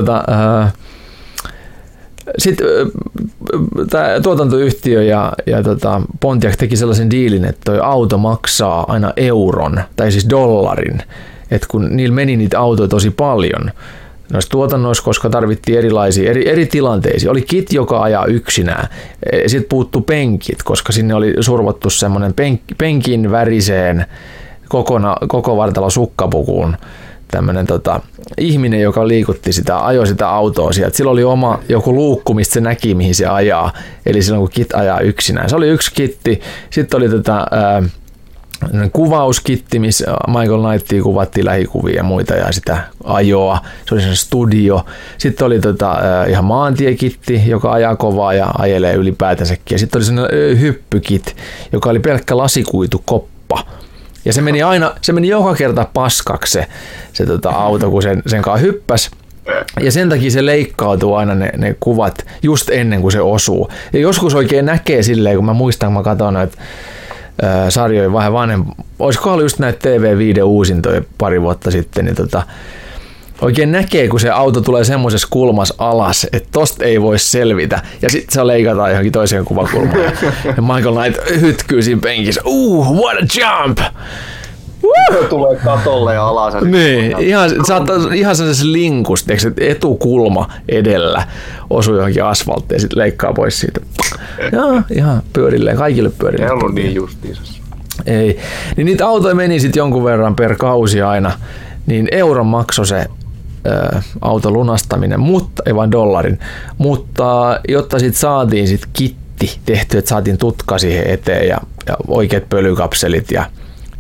sitten tämä tuotantoyhtiö ja Pontiac teki sellaisen diilin, että toi auto maksaa aina euron, tai siis $1, että kun niillä meni niitä autoja tosi paljon noissa tuotannoissa, koska tarvittiin erilaisia eri tilanteisiin. Oli KIT, joka ajaa yksinään. Sitten puuttu penkit, koska sinne oli survottu semmoinen penkin väriseen koko vartalo sukkapukuun tämmöinen ihminen, joka liikutti sitä, ajoi sitä autoa sieltä. Sillä oli oma joku luukku, mistä se näki, mihin se ajaa. Eli silloin, kun KIT ajaa yksinään. Se oli yksi kitti. Sitten oli kuvauskitti, missä Michael Knightia kuvattiin lähikuvia ja muita ja sitä ajoa. Se oli se studio. Sitten oli ihan maantiekitti, joka ajaa kovaa ja ajelee ylipäätänsäkin. Ja sitten oli sellainen hyppykit, joka oli pelkkä lasikuitukoppa. Ja se meni joka kerta paskaksi se auto, kun sen kanssa hyppäsi. Ja sen takia se leikkautuu aina ne kuvat just ennen kuin se osuu. Ja joskus oikein näkee silleen, kun mä muistan, kun mä katson näitä sarjoja vähän vanhempaa. Olisiko ollut just näitä TV5 uusintoja pari vuotta sitten, niin oikein näkee, kun se auto tulee semmoisessa kulmassa alas, että tosta ei voi selvitä. Ja sitten se leikataan johonkin toiseen kuvakulmaan. Ja Michael Knight hytkyy siinä penkissä. What a jump! Tulee katolle ja alas. Niin, ihan sellaisessa linkussa, etukulma edellä osuu johonkin asfalttiin ja sitten leikkaa pois siitä. Ja ihan pyörilleen, kaikille pyörilleen. Ei ollut niin justiinsa. Ei. Niin niitä autoja meni sitten jonkun verran per kausi aina. Niin euron maksoi se auto lunastaminen, mutta ei vain $1. Mutta jotta sitten saatiin kitti tehty, että saatiin tutka siihen eteen ja oikeat pölykapselit ja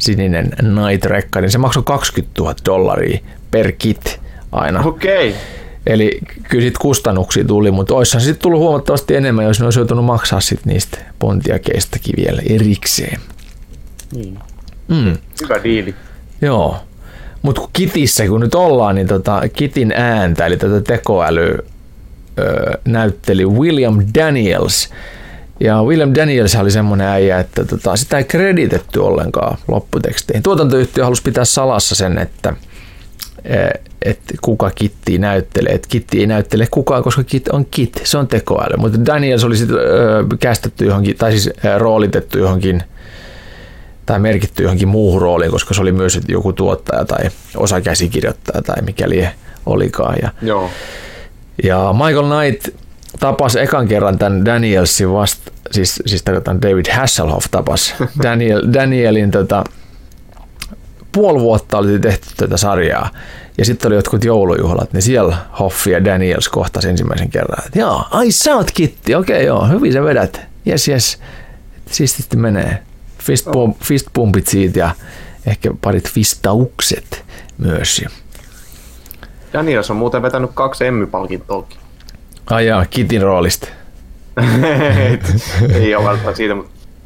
sininen Knight-rekka, niin se maksoi $20,000 per kit aina. Okei. Eli kyllä sit kustannuksia tuli, mutta oissahan sitten tullut huomattavasti enemmän, jos ne olisi joutunut maksaa sit niistä Pontiaceistakin vielä erikseen. Niin. Mm. Hyvä diili. Joo, mutta kitissä kun nyt ollaan, niin kitin ääntä, eli tätä tekoälyä näytteli William Daniels. Ja William Daniels oli semmoinen äijä, että sitä ei kreditetty ollenkaan lopputeksteihin. Tuotantoyhtiö halusi pitää salassa sen, että kuka Kittiä näyttelee. Että Kitti ei näyttele kukaan, koska Kit on Kit, se on tekoäly. Mutta Daniels oli sitten kästetty johonkin, tai siis roolitettu johonkin, tai merkitty johonkin muuhun rooliin, koska se oli myös joku tuottaja tai osakäsikirjoittaja tai mikäli olikaan. Joo. Ja Michael Knight tapasi ekan kerran tämän Danielsin vasta, siis tarkoitan David Hasselhoff tapasi Danielin puoli vuotta oli tehty tätä sarjaa. Ja sitten oli jotkut joulujuhlat, niin siellä Hoffi ja Daniels kohtasi ensimmäisen kerran. Että joo, ai sä oot Kitti, okei joo, hyvin sä vedät. Jes, siististi menee. Fistpumpit siitä ja ehkä parit fistaukset myös. Daniels on muuten vetänyt 2 Emmy-palkintoakin. Ai jaa, Kitin roolista. Ei ole välttämättä siitä,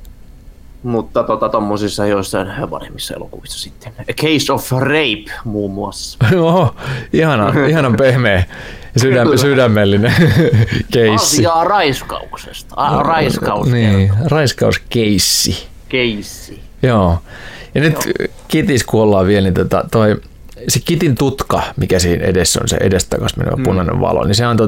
mutta tommosissa joissain vanhemmissa elokuvissa sitten. A Case of Rape muun muassa. Oho, ihanan pehmeä sydämellinen keissi. Asiaa raiskauksesta. Raiskaus. Niin, raiskauskeissi. Keissi. Joo. Ja nyt Kitis kun ollaan vielä, niin se Kitin tutka, mikä siinä edessä on, se edestakas menevä punainen valo, niin se on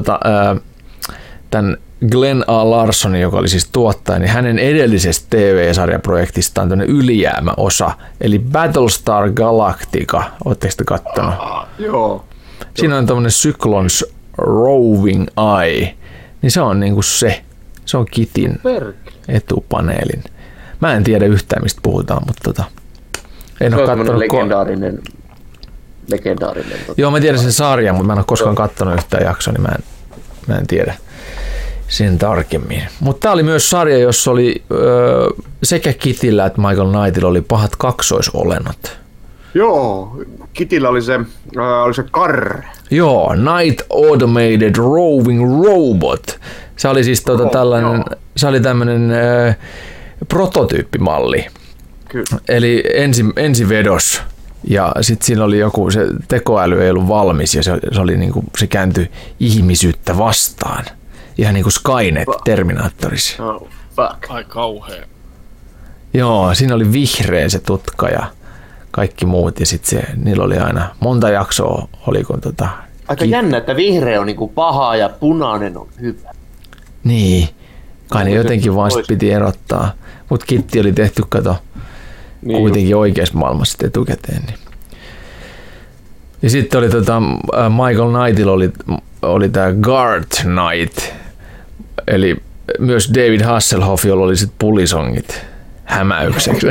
tämän Glenn A. Larsonin, joka oli siis tuottaja, niin hänen edellisestä TV-sarjaprojektistaan tämmöinen ylijäämäosa, eli Battlestar Galactica. Oletteko te kattonut? Joo. Siinä on tämmöinen Cyclon's Roving Eye, niin se on niinku se on Kitin etupaneelin. Mä en tiedä yhtään, mistä puhutaan, mutta en ole kattonut. Legendaarinen. Joo, mä tiedän sen sarjan, mutta mä en ole koskaan kattonut yhtään jaksoa, niin mä en tiedä sen tarkemmin. Mutta tää oli myös sarja, jossa oli sekä Kitillä että Michael Knightilla oli pahat kaksoisolennot. Joo, Kitillä oli se Carr. Joo, Night Automated Roving Robot. Se oli siis se oli tämmönen prototyyppimalli. Kyllä. Eli ensivedos. Ja sitten siinä oli joku, se tekoäly ei ollut valmis ja se oli niinku, se kääntyi ihmisyyttä vastaan. Ihan niin kuin Skynet Terminaattorissa. Oh, fuck. Ai kauhea. Joo, siinä oli vihreä se tutka ja kaikki muut. Ja sitten niillä oli aina monta jaksoa. Oliko aika jännä, että vihreä on niinku paha ja punainen on hyvä. Niin, kai ne jotenkin vaan piti erottaa. Mutta Kitti oli tehty, niin kuitenkin oikeassa maailmassa etukäteen. Niin. Ja sitten oli Michael Knightilla oli tämä Guard Knight, eli myös David Hasselhoff, jolla oli sitten pulisongit hämäykseksi.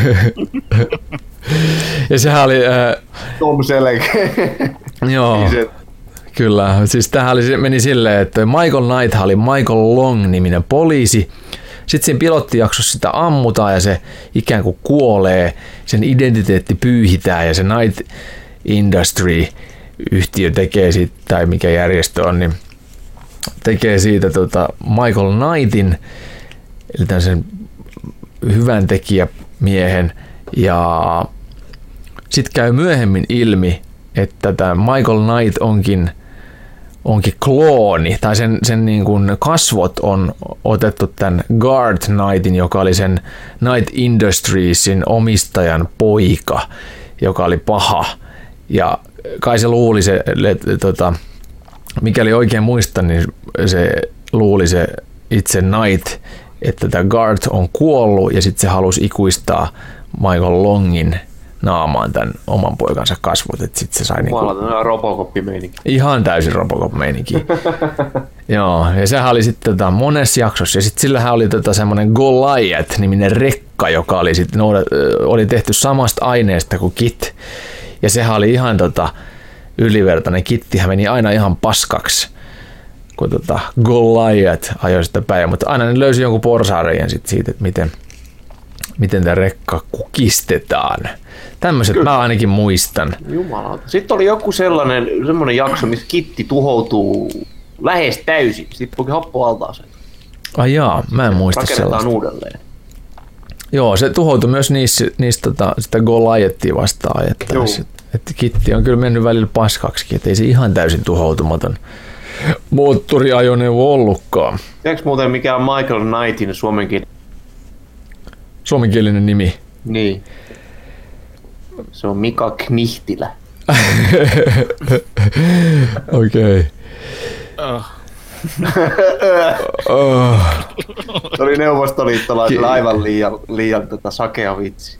Ja sehän oli Tom Selleck. Joo, kyllä. Siis tämähän meni silleen, että Michael Knight oli Michael Long-niminen poliisi. Sitten siinä pilottijaksossa sitä ammutaan ja se ikään kuin kuolee, sen identiteetti pyyhitään ja se Night Industry-yhtiö tekee siitä, tai mikä järjestö on, niin tekee siitä Michael Knightin, eli tämmöisen hyvän tekijämiehen, ja sitten käy myöhemmin ilmi, että tämä Michael Knight onkin klooni, tai sen niin kuin kasvot on otettu tämän Guard Knightin, joka oli sen Night Industriesin omistajan poika, joka oli paha. Ja kai se luuli mikäli oikein muistan, niin se luuli se itse Knight, että tämä Guard on kuollut ja sitten se halusi ikuistaa Michael Longin naamaan tämän oman poikansa kasvot, että sitten se sai Robocop-meininki. Ihan täysin Robocop-meininki. Joo, ja sehän oli sitten monessa jaksossa, ja sitten sillähän oli semmoinen Goliath-niminen rekka, joka oli sitten oli tehty samasta aineesta kuin Kit, ja sehän oli ihan ylivertainen. Kittihän meni aina ihan paskaksi, kun Goliath ajoi sitä päin, mutta aina ne löysi jonkun porsaareijan sitten siitä, että miten tämä rekka kukistetaan. Tämmöiset mä ainakin muistan. Jumalauta. Sitten oli joku semmoinen jakso, missä Kitti tuhoutuu lähes täysin. Sitten poikin happoaltaaseen. Ai jaa, mä en muista sellaista. Uudelleen. Joo, se tuhoutui myös niissä sitä Goliathia vastaan. Että Kitti on kyllä mennyt välillä paskaksikin, että ei se ihan täysin tuhoutumaton moottoriajoneuvo ollutkaan. Tiedätkö muuten mikä on Michael Knightin suomenkielinen nimi? Niin. Se on Mika Knihtilä. Okei. Se oli neuvostoliittolaisilla aivan liian sakea vitsi.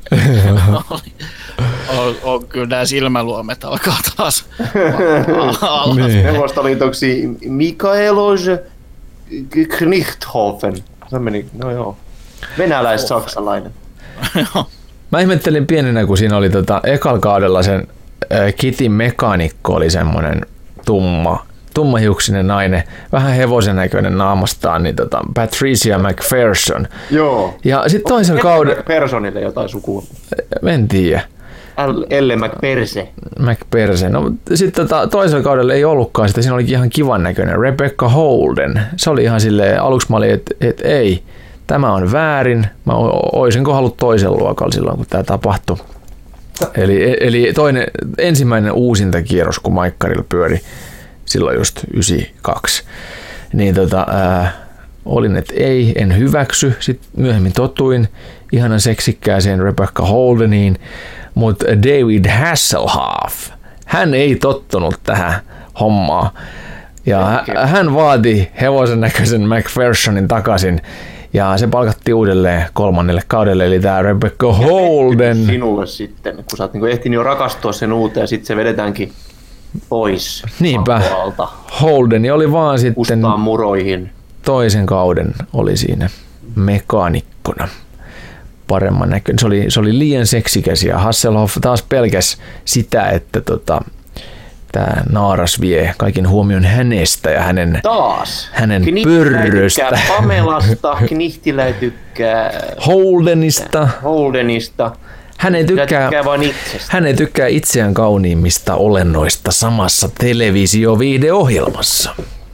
On kyllä nämä silmäluomet alkaa taas Niin. Neuvostoliitoksi Mikaelos Knichthofen. Se meni, no joo. Venäläis-saksalainen. Mä ihmettelin pienenä, kun siinä oli ekalla kaudella sen Kitin mekaanikko oli semmoinen tummahiuksinen nainen, vähän hevosen näköinen naamastaan, niin Patricia McPherson. Joo. Ja sitten toisella kaudella... McPhersonille jotain sukua. En tiedä. Elle McPerse. McPherson. No, sitten toisella kaudella ei ollutkaan sitä, siinä olikin ihan kivan näköinen. Rebecca Holden. Se oli ihan silleen, aluksi mä olin, että ei, tämä on väärin. Mä olisinko halunnut toisen luokalla silloin, kun tämä tapahtui. Eli ensimmäinen uusintakierros, kun Maikkarilla pyöri silloin just 92, niin olin, että ei, en hyväksy. Sitten myöhemmin totuin ihanan seksikkääseen Rebecca Holdeniin, mutta David Hasselhoff, hän ei tottunut tähän hommaan. Ja hän vaati hevosen näköisen McPhersonin takaisin, ja se palkattiin uudelleen 3. kaudelle, eli tämä Rebecca Holden. Sinulle sitten, kun sä oot niinku ehtinyt jo rakastua sen uuteen, ja sitten se vedetäänkin pois. Niinpä. Holdeni oli vaan sitten Ustaan muroihin. Toisen kauden oli siinä mekaanikkona. Paremman näköinen. Se oli liian seksikäs ja Hasselhoff taas pelkäs sitä, että tämä naaras vie kaiken huomion hänestä ja hänen pörröstä. Pamelasta, Knihtilä tykkää Holdenista. Hän ei tykkää itseään kauniimmista olennoista samassa televisioviihdeohjelmassa.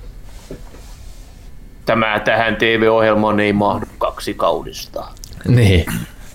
Tähän TV-ohjelmaan ei mahdu 2 kaudesta. Niin.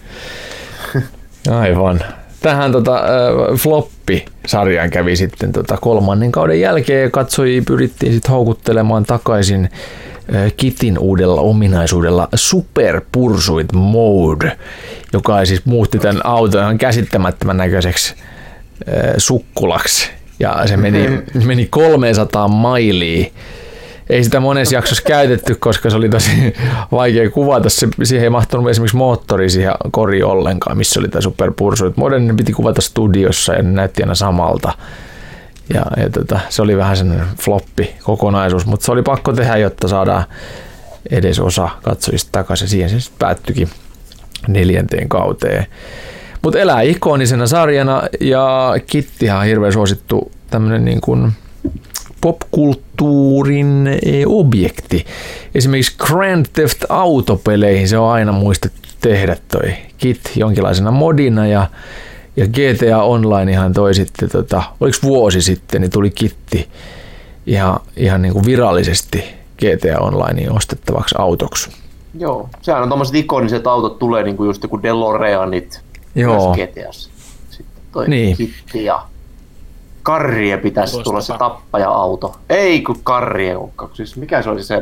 Aivan. Tähän Floppi-sarjaan kävi sitten 3. kauden jälkeen ja pyrittiin sitten houkuttelemaan takaisin Kitin uudella ominaisuudella Super Pursuit Mode, joka siis muutti tämän auton ihan käsittämättömän näköiseksi sukkulaksi. Ja se meni 300 mailia. Ei sitä monessa jaksossa käytetty, koska se oli tosi vaikea kuvata. Siihen ei mahtunut esimerkiksi moottori siihen koriin ollenkaan, missä oli tämä Super Pursuit. Modernin piti kuvata studiossa ja ne näytti aina samalta. Ja se oli vähän sellainen floppi kokonaisuus, mutta se oli pakko tehdä, jotta saadaan edes osa katsojista takaisin. Siihen se sitten päättyikin 4. kauteen. Mutta elää ikonisena sarjana ja Kittihan on hirveän suosittu tämmöinen niin kuin popkulttuurin objekti. Esimerkiksi Grand Theft Auto-peleihin se on aina muistettu tehdä toi Kit jonkinlaisena modina ja GTA Onlinehan toi sitten, oliko vuosi sitten, niin tuli Kitti ihan niin kuin virallisesti GTA Onlineen ostettavaksi autoksi. Joo, sehän on tommoset ikoniset autot tulee niin kuin just joku DeLoreanit myös GTAssa. Sitten toi niin. Kitti ja Karrie pitäisi tulla se tappaja-auto. Ei kun Karrie olekaan. Siis mikä se oli se...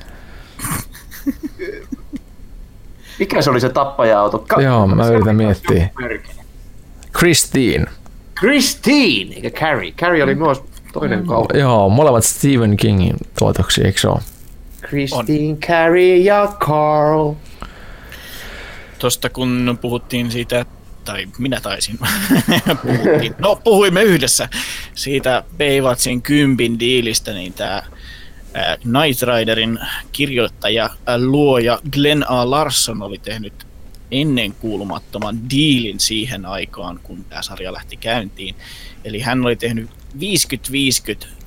Mikä se oli se tappaja-auto? Joo, mä yritän miettiä. Christine, eikä Carrie. Carrie oli myös toinen kaupunki. Joo, molemmat Stephen Kingin tuotoksia, eikö se ole? Christine, Carrie ja Carl. Tuosta kun puhuttiin siitä, tai minä taisin, puhuimme yhdessä siitä Baywatchin 10 diilistä, niin tämä Knight Riderin kirjoittaja, luoja Glenn A. Larson oli tehnyt ennenkuulumattoman diilin siihen aikaan, kun tämä sarja lähti käyntiin. Eli hän oli tehnyt 50-50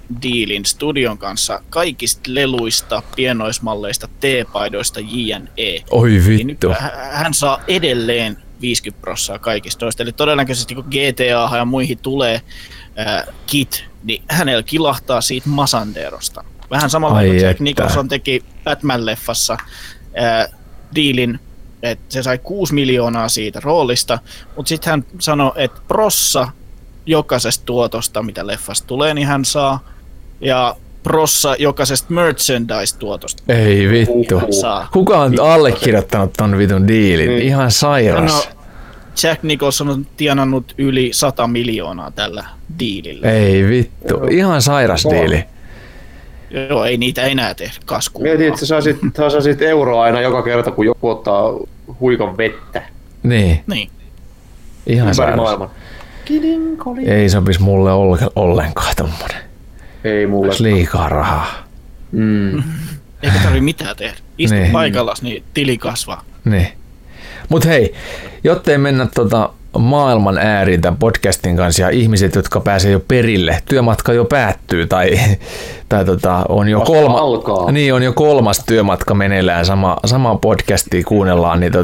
diilin studion kanssa kaikista leluista, pienoismalleista, T-paidoista, jne. Oi vittu. Niin hän saa edelleen 50% kaikista toista. Eli todennäköisesti kun GTA ja muihin tulee kit, niin hänellä kilahtaa siitä Masanderosta. Vähän samalla kuin Jack Nicholson teki Batman-leffassa diilin, että se sai 6 miljoonaa siitä roolista, mutta sitten hän sanoi, että prossa jokaisesta tuotosta, mitä leffasta tulee, niin hän saa, ja prossa jokaisesta merchandise-tuotosta. Ei vittu. Kuka on allekirjoittanut ton vitun diilin? Ihan sairas. No, Jack Nicholson on tienannut yli 100 miljoonaa tällä diilillä. Ei vittu. Ihan sairas diili. Joo, ei niitä enää tehdä kaskuun. Mietin, että sä saisit euroa aina joka kerta, kun joku ottaa huikon vettä. Niin. Ihan sairas. Ei sopisi mulle ollenkaan tommonen. Ei mulle. Liikaa rahaa. Eikä tarvitse mitään tehdä. Istu paikallas, niin tili kasvaa. Niin. Mut hei, jottei mennä maailman ääriin tämän podcastin kanssa ja ihmiset, jotka pääsee jo perille, työmatka jo päättyy tai on jo kolmas työmatka meneillään, sama podcastia kuunnellaan, niin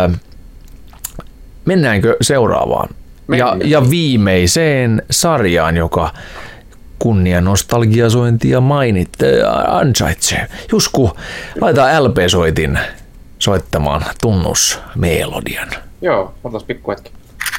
mennäänkö seuraavaan? Ja viimeiseen sarjaan, joka kunnia nostalgiasointia ansaitsee. Jusku, laita LP-soitin soittamaan tunnusmelodian. Joo, otas pikku hetki.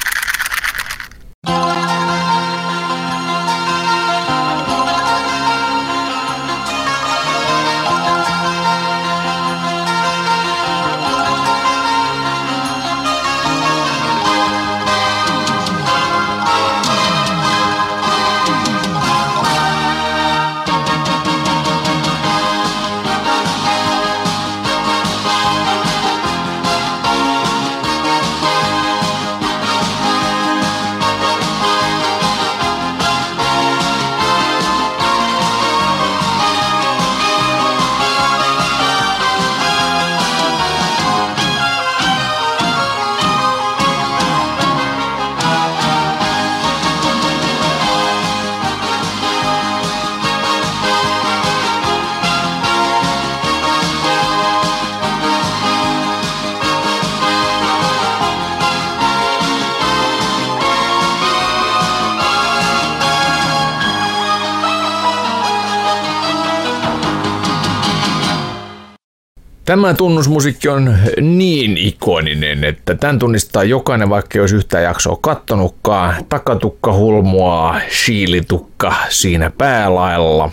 Tämä tunnusmusiikki on niin ikoninen, että tämän tunnistaa jokainen, vaikka ei olisi yhtään jaksoa kattonutkaan. Takatukka hulmuaa, shiilitukka siinä päälailla.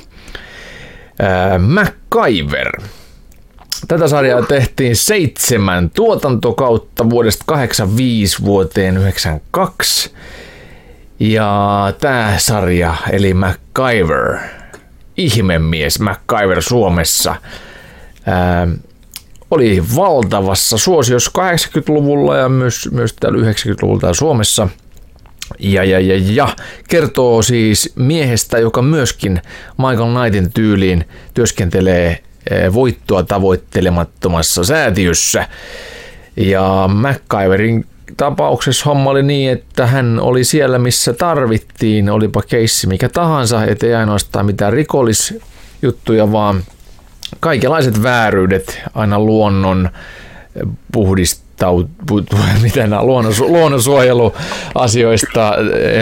MacGyver. Tätä sarjaa tehtiin 7 tuotantokautta vuodesta 1985 vuoteen 1992. Ja tämä sarja, eli MacGyver, ihmemies MacGyver Suomessa, oli valtavassa suosiossa 80-luvulla ja myös täällä 90-luvulla täällä Suomessa. Ja kertoo siis miehestä, joka myöskin Michael Knightin tyyliin työskentelee voittoa tavoittelemattomassa säätiössä. Ja MacGyverin tapauksessa homma oli niin, että hän oli siellä missä tarvittiin, olipa keissi mikä tahansa, ettei ainoastaan mitään rikollisjuttuja, vaan kaikenlaiset vääryydet, aina luonnon luonnonsuojeluasioista,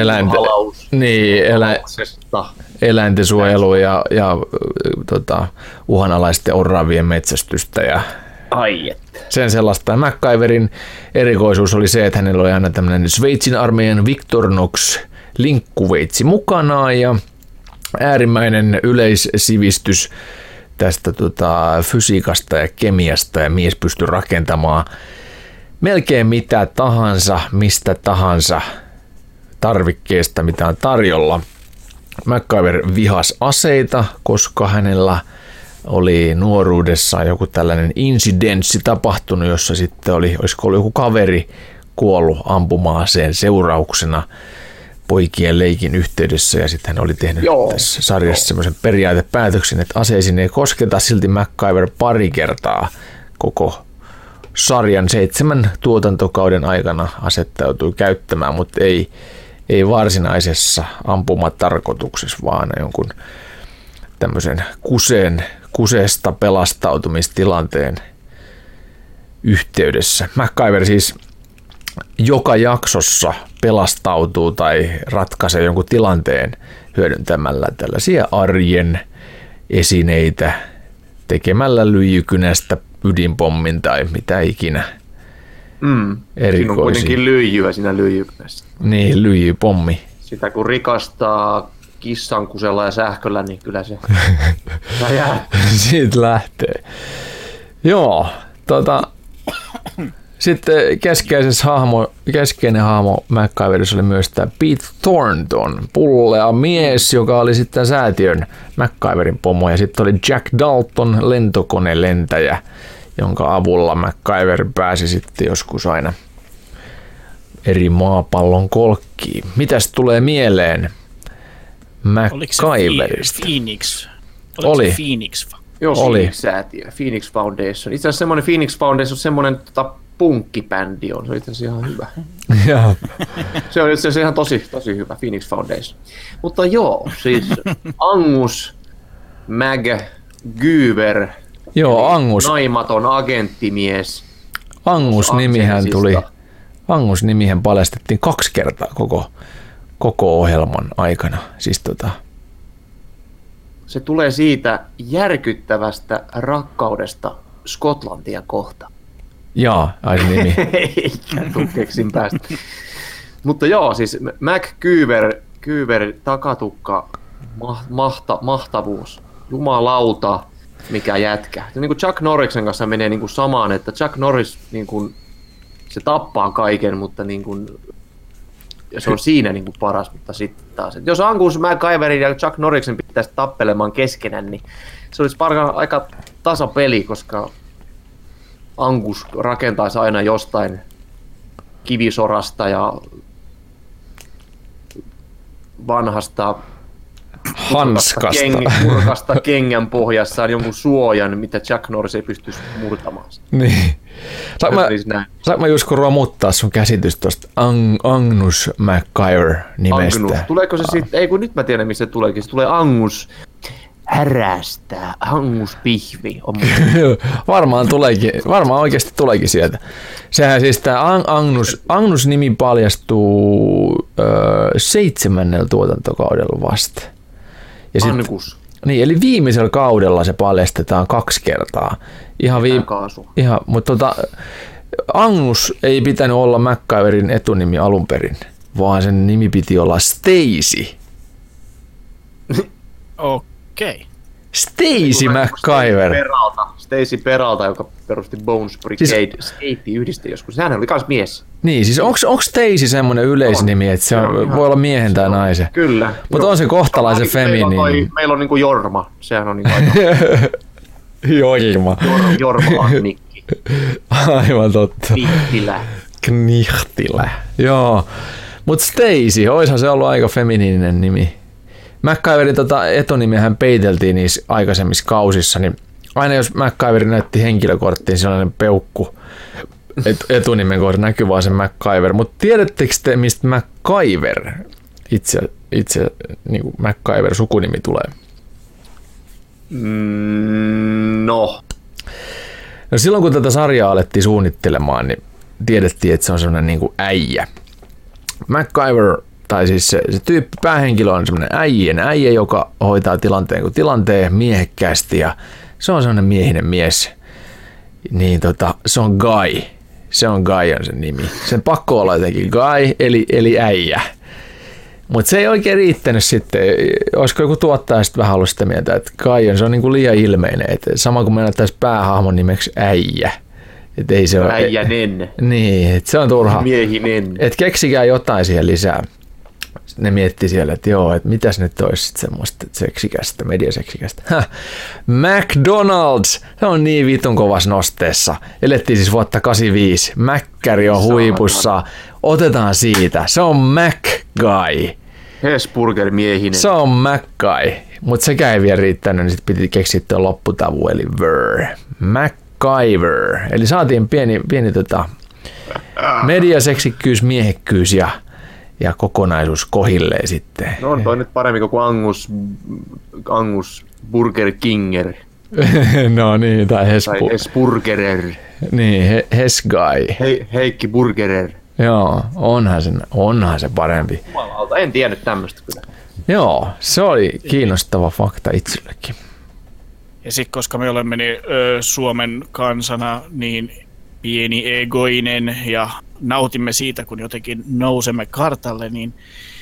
eläinten suojelu ja uhanalaisten oravien metsästystä ja sen sellaista. MacGyverin erikoisuus oli se, että hänellä oli aina tämmöinen Sveitsin armeijan Victorinox linkkuveitsi mukanaan ja äärimmäinen yleissivistys tästä fysiikasta ja kemiasta, ja mies pystyi rakentamaan melkein mitä tahansa, mistä tahansa tarvikkeesta, mitä on tarjolla. MacGyver vihasi aseita, koska hänellä oli nuoruudessaan joku tällainen insidenssi tapahtunut, jossa sitten olisiko ollut joku kaveri kuollut ampuma-aseen seurauksena poikien leikin yhteydessä, ja sitten hän oli tehnyt tässä sarjassa semmoisen periaatepäätöksen, että aseisiin ei kosketa. Silti MacGyver pari kertaa koko sarjan 7 tuotantokauden aikana asettautui käyttämään, mutta ei varsinaisessa ampumatarkoituksessa, vaan jonkun tämmöisen kuseesta pelastautumistilanteen yhteydessä. MacGyver siis joka jaksossa pelastautuu tai ratkaisee jonkun tilanteen hyödyntämällä tällaisia arjen esineitä, tekemällä lyijykynästä ydinpommin tai mitä ikinä erikoisia. Siinä on kuitenkin lyijyä siinä lyijykynässä. Niin, lyijypommi. Sitä kun rikastaa kissankusella ja sähköllä, niin kyllä se jää. Siitä lähtee. Joo, sitten keskeinen hahmo MacGyverissa oli myös tämä Pete Thornton, pullea mies, joka oli sitten säätiön MacGyverin pomo, ja sitten oli Jack Dalton, lentokonelentäjä, jonka avulla MacGyver pääsi sitten joskus aina eri maapallon kolkkiin. Mitäs tulee mieleen MacGyverista? Phoenix? Oli. Se Phoenix? Joo, Oli. Phoenix-säätiö, Phoenix Foundation. Itse asiassa semmoinen Phoenix Foundation, semmoinen punkkibändi on. Se on itse asiassa ihan hyvä. Joo. Se on itse asiassa ihan tosi hyvä, Phoenix Foundation. Mutta joo, siis Angus MacGyver. Joo, Angus. Naimaton agenttimies. Angus-nimihän paljastettiin 2 kertaa koko ohjelman aikana. Siis Se tulee siitä järkyttävästä rakkaudesta Skotlantia kohtaan. Jaa, ai se nimi. Eikä tuu keksin päästä. Mutta joo, siis MacGyver takatukka, mahtavuus, jumalauta, mikä jätkä. Se niin kuin Chuck Norriksen kanssa menee niin kuin samaan, että Chuck Norris niin kuin, se tappaa kaiken, mutta niin kuin, ja se on siinä niin kuin paras, mutta sitten taas. Et jos Angus MacGyverin ja Chuck Norriksen pitäisi tappelemaan keskenään, niin se olisi aika tasapeli, koska Angus rakentaisi aina jostain kivisorasta ja vanhasta hanskasta kengän pohjassaan jonkun suojan, mitä Chuck Norris ei pystyisi murtamaan. Niin. Saanko mä Jusko romuttaa sun käsitys tuosta Angus MacGyver nimestä? Angus. Tuleeko se sitten, ei kun nyt mä tiedän missä se tuleekin, se tulee Angus härästää, Angus pihvi. Varmaan oikeasti tuleekin sieltä. Sehän siis tämä Angus-nimi paljastuu 7. tuotantokaudella vasta. Ja Angus. Niin, eli viimeisellä kaudella se paljastetaan 2 kertaa. Mutta Angus ei pitänyt olla MacGyverin etunimi alun perin, vaan sen nimi piti olla Stacy. Okei. Stacy MacGyver. Stacy Peralta, joka perusti Bones Brigade, skeitti yhdisti joskus. Sehän oli kans mies. Niin, siis onko Stacy semmoinen yleisnimi, että se voi olla miehen tai naisen? Kyllä. Mutta on se kohtalaisen feminiini. Meillä on niinku Jorma. Sehän on niinku aika... Jorma. Jorma Annikki. Aivan totta. Knihtilä. Joo. Mutta Stacy, oishan se ollut aika feminiininen nimi. MacGyverin etunimiähän peiteltiin niissä aikaisemmissa kausissa, niin aina jos MacGyver näytti henkilökorttiin sellainen peukku etunimen kohdassa näkyy vaan se MacGyver. Mutta tiedättekö te, mistä MacGyver, itse niin kuin MacGyver sukunimi tulee? No, silloin kun tätä sarjaa alettiin suunnittelemaan, niin tiedettiin, että se on sellainen niin kuin äijä. MacGyver, tai siis se tyyppi päähenkilö on sellainen äijä, joka hoitaa tilanteen kuin tilanteen miehekkäästi, ja se on sellainen miehinen mies. Niin se on Guy. Se on Guy on sen nimi. Sen pakko olla jotenkin Guy, eli äijä. Mutta se ei oikein riittänyt sitten. Olisiko joku tuottaja sitten vähän ollut sitä mieltä, että Guy on, se on niinku liian ilmeinen. Et sama kuin me näyttäisi päähahmon nimeksi äijä. Et ei se ole, äijänen. Niin, että se on turha. Miehinen. Et keksikää jotain siihen lisää. Ne mietti siellä, että joo, että mitäs nyt olisi sitten semmoista seksikästä, mediaseksikästä. McDonald's! Se on niin vitun kovassa nosteessa. Elettiin siis vuotta 85. Mäkkäri on huipussa. Otetaan siitä. Se on MacGuy. Hesburger miehinen. Se on MacGuy. Mutta sekään ei vielä riittänyt, niin sitten piti keksiä tuon lopputavu, eli MacGyver. Eli saatiin pieni mediaseksikkyys, miehekkyys ja kokonaisuus kohilleen sitten. No on toi nyt paremmin kuin Angus Burger Kinger. No niin, tai Hesburgerer. Niin, Hesguy. Heikki Burgerer. Joo, onhan se parempi. Jumalauta, en tiennyt tämmöistä kyllä. Joo, se oli kiinnostava fakta itsellekin. Ja sitten koska me olemme Suomen kansana niin pieni egoinen ja nautimme siitä, kun jotenkin nousemme kartalle, niin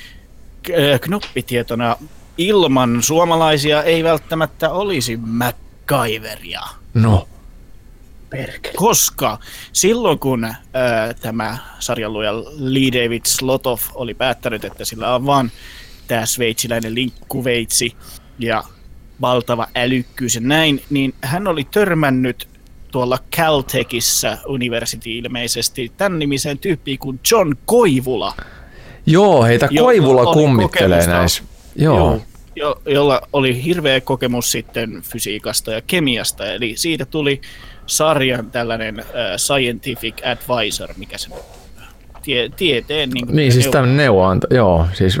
knoppitietona ilman suomalaisia ei välttämättä olisi MacGyveria. No. Perkele. Koska silloin kun tämä sarjanluoja Lee David Slotoff oli päättänyt, että sillä on vaan tämä sveitsiläinen linkkuveitsi ja valtava älykkyys ja näin, niin hän oli törmännyt tuolla Caltechissä University ilmeisesti tämän nimiseen tyyppiin kuin John Koivula. Joo, heitä Koivula kummittelee näissä. Joo. Jolla oli hirveä kokemus sitten fysiikasta ja kemiasta, eli siitä tuli sarjan tällainen scientific advisor, mikä se tieteen... Niin siis tämmöinen neuvoanto, joo. Siis,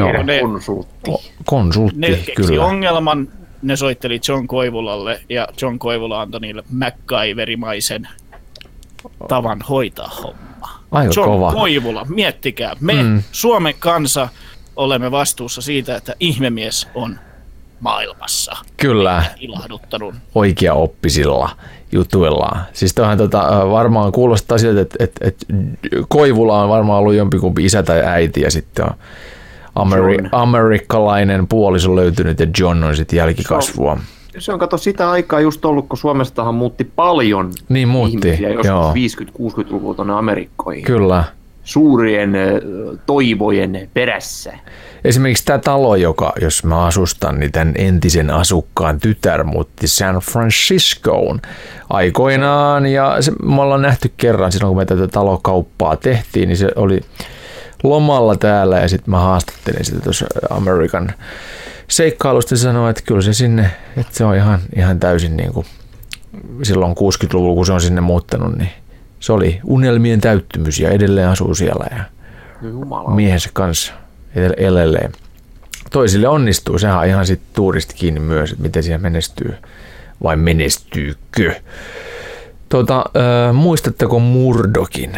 konsultti, ne keksi kyllä. ongelman, ne soitteli John Koivulalle ja John Koivula antoi niille MacGyverimaisen tavan hoitaa homma. Aika John kova. Koivula, miettikää, me Suomen kansa olemme vastuussa siitä, että ihmemies on maailmassa. Kyllä. Ilahduttanut. Oikeaoppisilla jutuillaan. Siis toihan varmaan kuulostaa siltä, että Koivula on varmaan ollut jompikumpi isä tai äiti ja sitten on amerikkalainen puoliso löytynyt ja John on sitten jälkikasvua. Se on kato sitä aikaa just ollut, kun Suomestahan muutti paljon ihmisiä, joskus 50-60-luvulla tuonne Amerikkoihin. Kyllä. Suurien toivojen perässä. Esimerkiksi tämä talo, jos mä asustan, niin tämän entisen asukkaan tytär muutti San Franciscoon aikoinaan. Ja me ollaan nähty kerran silloin, kun me tätä talokauppaa tehtiin, niin se oli lomalla täällä ja sitten mä haastattelin sitä tuossa Amerikan seikkailusta ja sanoin, että kyllä se sinne, että se on ihan täysin niin kuin silloin 60-luvulla, kun se on sinne muuttanut, niin se oli unelmien täyttymys ja edelleen asuu siellä ja miehensä kanssa edelleen. Toisille onnistuu, sehän on ihan sitten tuuristi kiinni myös, että miten siellä menestyy vai menestyykö. Muistatteko Murdochin?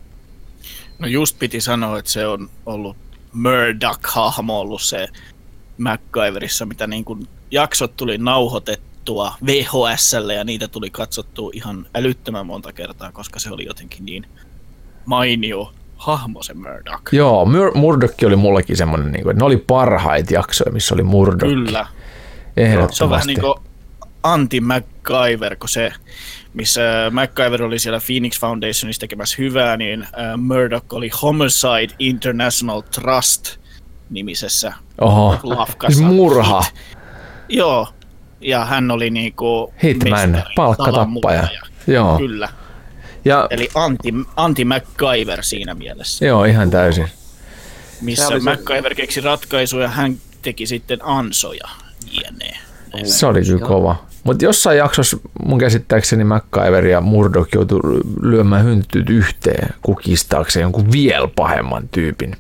No just piti sanoa, että se on ollut Murdoch-hahmo ollut se MacGyverissa, mitä niin kuin jaksot tuli nauhoitettua VHS:lle ja niitä tuli katsottua ihan älyttömän monta kertaa, koska se oli jotenkin niin mainio hahmo se Murdoch. Joo, Murdoch oli mullekin semmoinen, että ne oli parhaita jaksoja, missä oli Murdoch. Kyllä. Ehdottomasti. Se on vähän niin kuin anti-MacGyver, kun se, missä MacGyver oli siellä Phoenix Foundationissa tekemässä hyvää, niin Murdoch oli Homicide International Trust nimisessä lafkassa. Murha. Joo, ja hän oli niinku Hitman, palkkatappaja. Joo. Kyllä. Ja eli anti-MacGyver siinä mielessä. Joo, ihan täysin. Missä MacGyver keksi ratkaisuja, hän teki sitten ansoja. Jne. Se oli kyllä kova. Mutta jossain jaksossa mun käsittääkseni MacGyver ja Murdoch joutui lyömään hyntyt yhteen kukistaakseen jonkun vielä pahemman tyypin.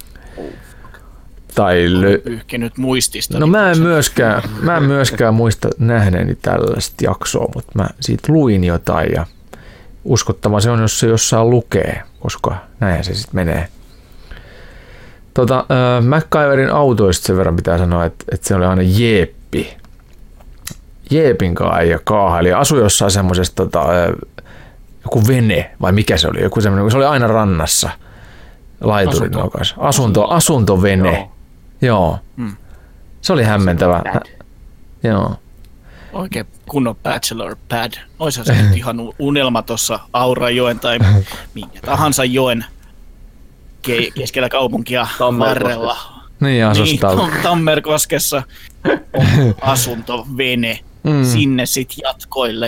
Pyyhkinyt muistista. No mä en myöskään muista nähneeni tällaista jaksoa, mutta mä siitä luin jotain ja uskottava se on, jos se jossain lukee, koska näinhän se sitten menee. MacGyverin autoista sen verran pitää sanoa, että se oli aina jeeppi. Jeepin ja kaahaili ja asui jossain semmoisessa joku vene, vai mikä se oli? Joku semmoinen, se oli aina rannassa laiturin nokassa. Asuntovene. Joo. Se oli hämmentävä. Joo. Oikein kunnon bachelor pad. Oishan se nyt ihan unelma tuossa Aurajoen tai minkä tahansa joen keskellä kaupunkia varrella. Niin, asustaa. Niin, Tammerkoskessa on asuntovene. Sinne sitten jatkoille.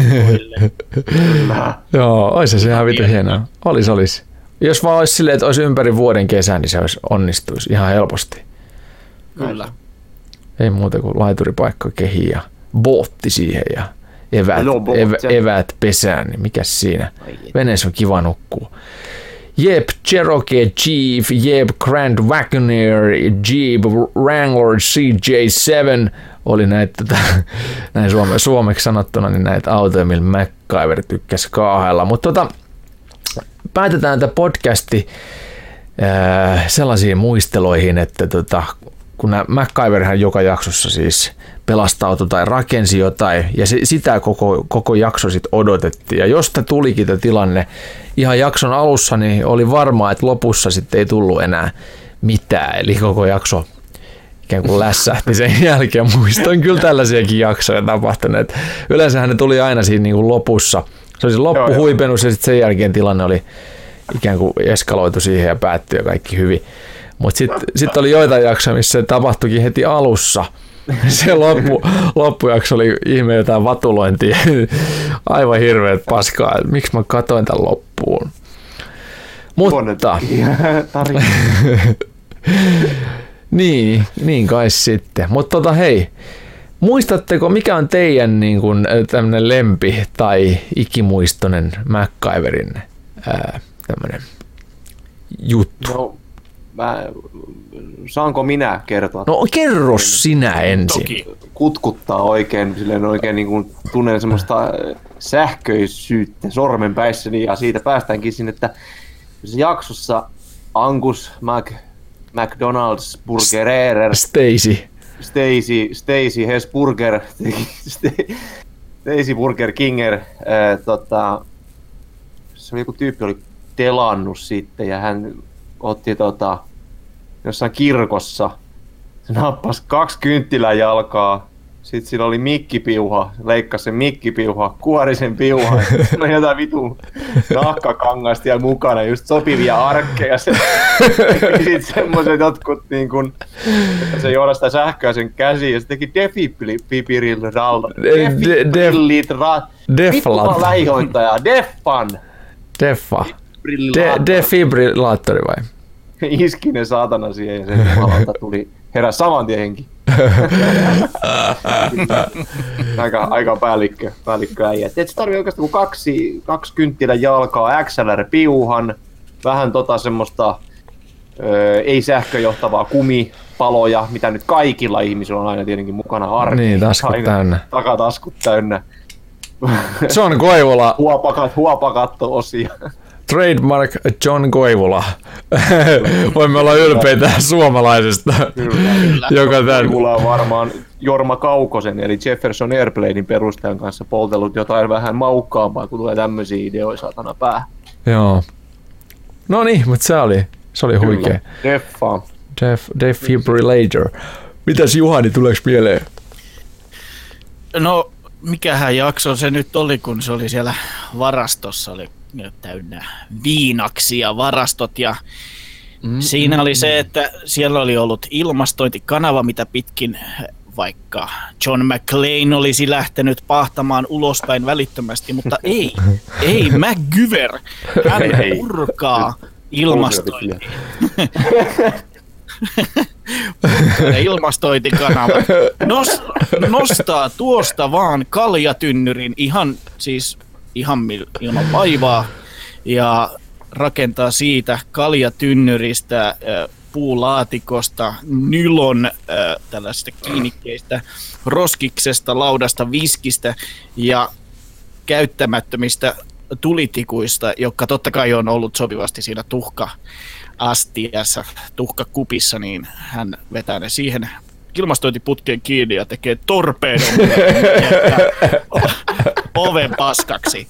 Joo, olisi se ihan vittu hienoa. Olisi. Jos vaan olisi silleen, että olisi ympäri vuoden kesä, niin se onnistuisi ihan helposti. Kyllä. Ei muuta kuin laituripaikka kehiin ja bootti siihen ja eväät pesään, niin mikäs siinä. Veneessä on kiva nukkua. Jeep Cherokee Chief, Jeep Grand Wagoneer, Jeep Wrangler CJ7 oli näitä, näin suomeksi sanottuna, niin näitä autoja, millä MacGyver tykkäsi kaahella. Mutta päätetään tämä podcasti sellaisiin muisteloihin, että kun MacGyverhän joka jaksossa siis pelastautui tai rakensi jotain, ja sitä koko jakso sitten odotettiin. Ja josta tulikin tämä tilanne ihan jakson alussa, niin oli varmaa, että lopussa sitten ei tullut enää mitään. Eli koko jakso ikään kuin lässähti sen jälkeen. Muistan kyllä tällaisiakin jaksoja tapahtuneet. Yleensähän ne tuli aina siinä niin kuin lopussa. Se oli se loppuhuipennus ja sitten sen jälkeen tilanne oli ikään kuin eskaloitu siihen ja päättyi ja kaikki hyvin. Mutta sitten oli joitain jaksoja, missä se tapahtuikin heti alussa. Se loppujakso oli ihme jotain vatulointia. Aivan hirveät paskaa. Miksi mä katoin tämän loppuun? Mutta niin kai sitten. Mutta hei, muistatteko mikä on teidän niin kun, tämmönen lempi tai ikimuistoinen MacGyverin tämmönen juttu? No, saanko minä kertoa? No kerro sinä ensin. Toki. Kutkuttaa oikein niin kuin tunnen semmoista sähköisyyttä sormenpäissäni ja siitä päästäänkin sinne, että se jaksossa Angus McDonald's Burgererer Stacy Hesburger Stacy Burger Kinger se oli joku tyyppi oli telannut sitten ja hän otti jossain kirkossa, se nappasi 2 kynttiläjalkaa, sitten sillä oli mikkipiuha, leikkasi sen mikkipiuha, kuori sen piuha, sitten oli jotain vitun nahkakangasta ja mukana just sopivia arkkeja, sitten semmoiset jotkut niin kun, että se johda sitä sähköä sen käsiin ja se teki defibrillaattori vai? Iski ne saatana siihen ja sen jumalalta heräsi saman tien henki. aika päällikkö äijä. Et se tarvii oikeastaan kuin 2 kynttilän jalkaa, XLR-piuhan, vähän semmoista ei sähköjohtavaa kumipaloja, mitä nyt kaikilla ihmisillä on aina tietenkin mukana arkeen. Niin, taskut täynnä. Takataskut täynnä. John Koivula. Huopakatto-osia. Trademark John Koivula. Voimme olla ylpeitä suomalaisesta. Kyllä. Koivula on varmaan Jorma Kaukosen eli Jefferson Airplanein perustajan kanssa poltellut jotain vähän maukkaampaa, kun tulee tämmöisiä ideoita saatana päähän. Joo. No niin, mutta se oli huikea. Deffa. Defibrillator. Mitäs Juhani, tuleeko mieleen? No, mikähän jakso se nyt oli, kun se oli siellä varastossa, oli täynnä viinaksia varastot ja siinä oli se, että siellä oli ollut ilmastointikanava, mitä pitkin vaikka John McClane olisi lähtenyt pahtamaan ulospäin välittömästi, mutta ei MacGyver, hän purkaa ilmastointia. Ilmastointikanava nostaa tuosta vaan kaljatynnyrin ihan ilman vaivaa ja rakentaa siitä kaljatynnyristä, puulaatikosta, nylon tällaisista kiinnikkeistä, roskiksesta, laudasta, viskistä ja käyttämättömistä tulitikuista, jotka totta kai on ollut sopivasti siinä tuhka-astiassa, tuhkakupissa, niin hän vetää ne siihen ilmastointiputkeen kiinni ja tekee torpeedon oven paskaksi.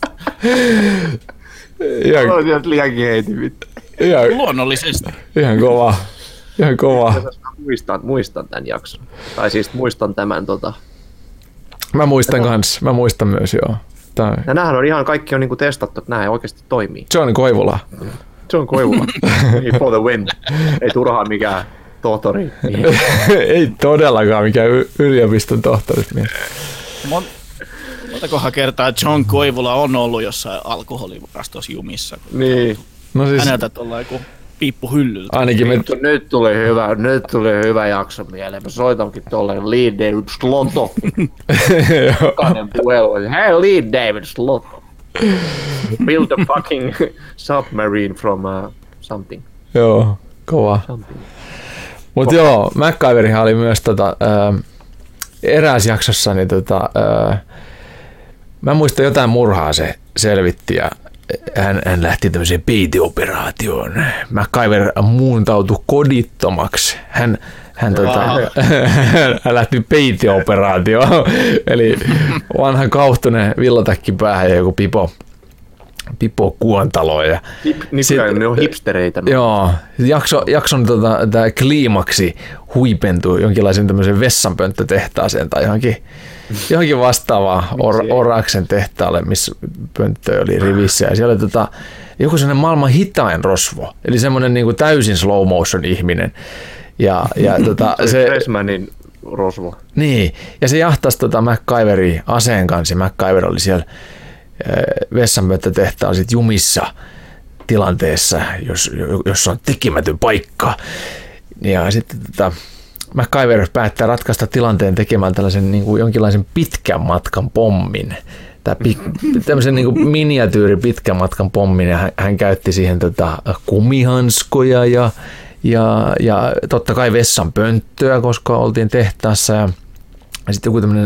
On sieltä liiankin heitin. Luonnollisesti. Ihan kova. Muistan tämän jakson. Tai siis muistan tämän Mä muistan myös, joo. Ja näähän on ihan kaikki on niinku testattu, että nää oikeasti toimii. John Koivula. For the win. Ei turhaan mikään tohtori. Ei todellakaan mikään yliopiston tohtori. Montakohan kertaa John Koivula on ollut jossain alkoholivarastossa jumissa. Niin. No siis, häneltä tuolla joku piippu hyllyltä. Ainakin nyt tuli hyvä jakso mieleen. Mä soitankin tolleen Lee David Slotto. Jokainen puhelu. Hei Lee David Slotto. Build a fucking submarine from something. Joo, kova. Mutta joo, MacGyverihan oli myös eräässä jaksossa, niin mä muistan jotain murhaa se selvitti ja hän lähti tämmöiseen peiteoperaatioon. MacGyver muuntautui kodittomaksi. Hän lähti peiteoperaatioon, eli vanha kauhtunen villatäkki päähän ja joku pipo kuontalo. Ja nykyään ne on hipstereitä. Joo, jakson tämä kliimaksi huipentui jonkinlaisen tämmöisen vessanpönttötehtaaseen tai johonkin vastaavaan Oraksen tehtaalle, missä pönttö oli rivissä. Ja siellä oli joku sellainen maailman hitain rosvo, eli semmoinen niin kuin täysin slow motion ihminen. Se Freshmanin rosvo. Niin, ja se jahtasi MacGyveria aseen kanssa. MacGyver oli siellä vessanpönttötehtaan sit jumissa tilanteessa, jos on tekemätön paikka. Ja sitten MacGyver päättää ratkaista tilanteen tekemään tällaisen niin kuin jonkinlaisen pitkän matkan pommin. Tämmöisen niin kuin miniatyyri pitkän matkan pommin, ja hän käytti siihen kumihanskoja ja totta kai vessanpönttöä, koska oltiin tehtaassa, ja sitten joku tämmöinen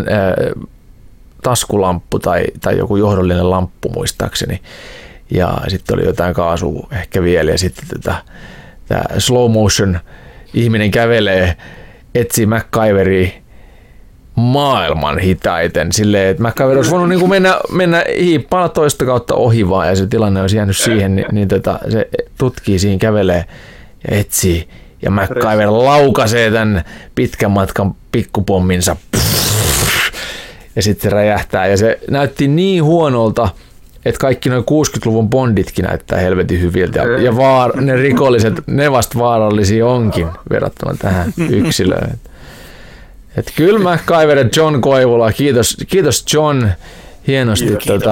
taskulamppu tai joku johdollinen lamppu muistaakseni, ja sitten oli jotain kaasua ehkä vielä, ja sitten tämä slow motion ihminen kävelee, etsii MacGyveria maailman hitaiten silleen, että MacGyver olisi voinut niin mennä hiippaa toista kautta ohi vaan, ja se tilanne olisi jäänyt siihen, niin se tutkii siinä, kävelee ja etsii, ja MacGyver laukaisee tämän pitkän matkan pikkupomminsa, ja sitten se räjähtää, ja se näytti niin huonolta, että kaikki noin 60-luvun Bonditkin näyttää helvetin hyviltä, ja ne rikolliset, ne vasta vaarallisia onkin verrattuna tähän yksilöön. Et kyllä MacGyver ja John Koivula, kiitos John, hienosti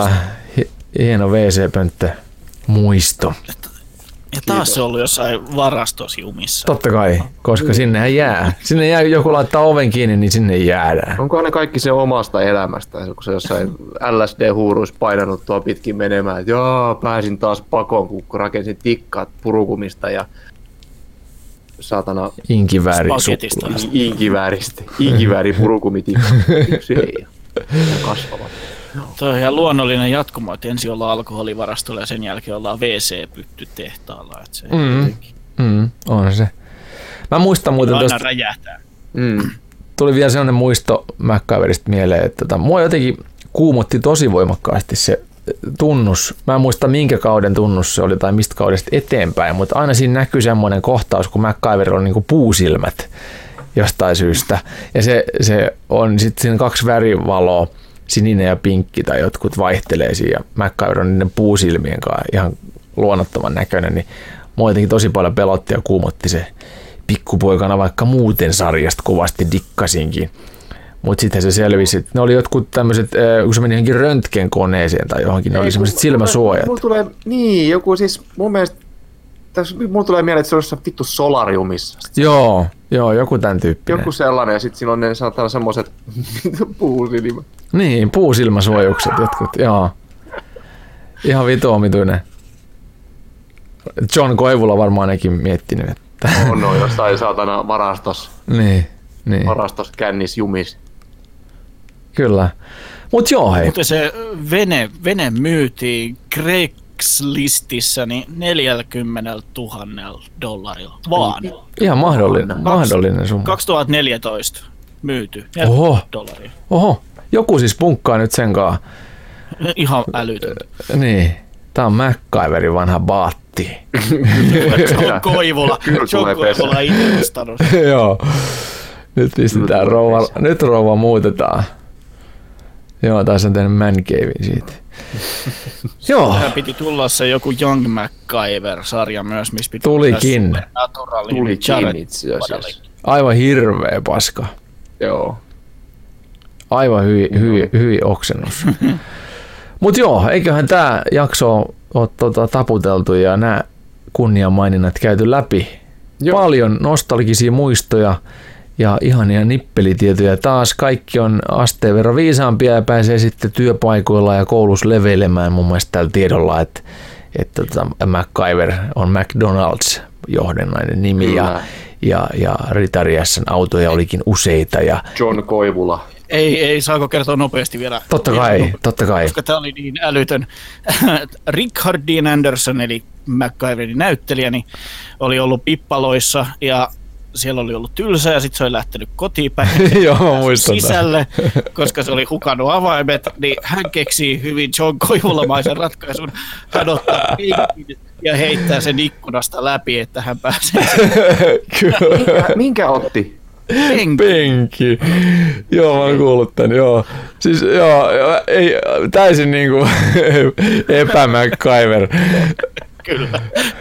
hieno WC-pönttö muisto. Ja taas se on ollut jossain varastossa jumissa. Totta kai, koska sinnehän jää. Sinne jää, joku laittaa oven kiinni, niin sinne jäädään. Onko ne kaikki se omasta elämästä, kun se jossain LSD-huuruissa painanut tuo pitkin menemään, että joo, pääsin taas pakoon, kun rakensin tikkaat purukumista ja saatana inkivääri purukumitikka. Kasvavat. Tuo on ihan luonnollinen jatkumo, että ensin ollaan alkoholivarastolla ja sen jälkeen ollaan WC-pytty tehtaalla. On se. Mä muistan muuten aina räjähtää. Tuli vielä sellainen muisto MacGyverista mieleen, että mua jotenkin kuumotti tosi voimakkaasti se tunnus. Mä en muista minkä kauden tunnus se oli tai mistä kaudesta eteenpäin, mutta aina siinä näkyy semmoinen kohtaus, kun MacGyverilla on niinku puusilmät jostain syystä. Ja se on sitten siinä 2 värivaloa, sininen ja pinkki tai jotkut vaihtelee siinä, ja MacGyver on niiden puusilmien kanssa ihan luonnottoman näköinen, niin mua jotenkin tosi paljon pelotti ja kuumotti se pikkupoikana, vaikka muuten sarjasta kovasti dikkasinkin. Mutta sitten se selvisi, että ne oli jotkut tämmöiset, kun se meni johonkin röntgenkoneeseen tai johonkin, ne oli semmoiset silmäsuojat. Mulla tulee, joku siis mun mielestä, mulla tulee mieleen, että se on jossain vittu solariumissa. Joo, joku tämän tyyppinen. Joku sellainen, ja sitten siinä on ne saattaa semmoiset puusilmät. Niin, puusilmäsuojukset jotkut, joo. Ihan vitu omituinen. John Koivula varmaan nekin miettinyt, että... No, jostain saatana varastos. Niin. Varastos kännis jumis. Kyllä. Mut joo, hei. Mutta se vene myytiin Craigslistissa niin $40,000 vaan. Ihan mahdollinen summa. 2014 myyty. $40. Oho. Joku siis punkkaa nyt sen kaa. Ihan älytön. Niin. Tää on MacGyverin vanha baatti. John Koivula innostanut. Joo. Nyt pistetään rouva muutetaan. Joo, taas on tehnyt man cavein siitä. Joo. Tähän piti tulla se joku Young MacGyver-sarja myös, missä piti tulikin itse asiassa. Aivan hirveä paska. Joo. Aivan hyvin oksennus. Mut joo, eiköhän tää jakso ole taputeltu ja nämä kunnianmaininnat käyty läpi. Joo. Paljon nostalgisia muistoja ja ihania nippelitietoja taas. Kaikki on asteen verran viisaampia ja pääsee sitten työpaikoilla ja koulussa leveilemään mun mielestä tällä tiedolla, että MacGyver on McDonald's johdannainen nimi ja Ritariassan autoja olikin useita. Ja John Koivula. Ei, saako kertoa nopeasti vielä? Totta kai. Koska tämä oli niin älytön. Richard Dean Anderson, eli MacGyverin näyttelijä, niin oli ollut pippaloissa ja siellä oli ollut tylsä ja sitten se oli lähtenyt kotiin päin sisälle, koska se oli hukannut avaimet, niin hän keksii hyvin John Koivulamaisen ratkaisun. Hän ottaa penkin ja heittää sen ikkunasta läpi, että hän pääsee. Minkä otti? Penki. Joo, mä oon kuullut tän, joo. Siis joo, ei, täysin niinku epä-MacGyver. Kyllä.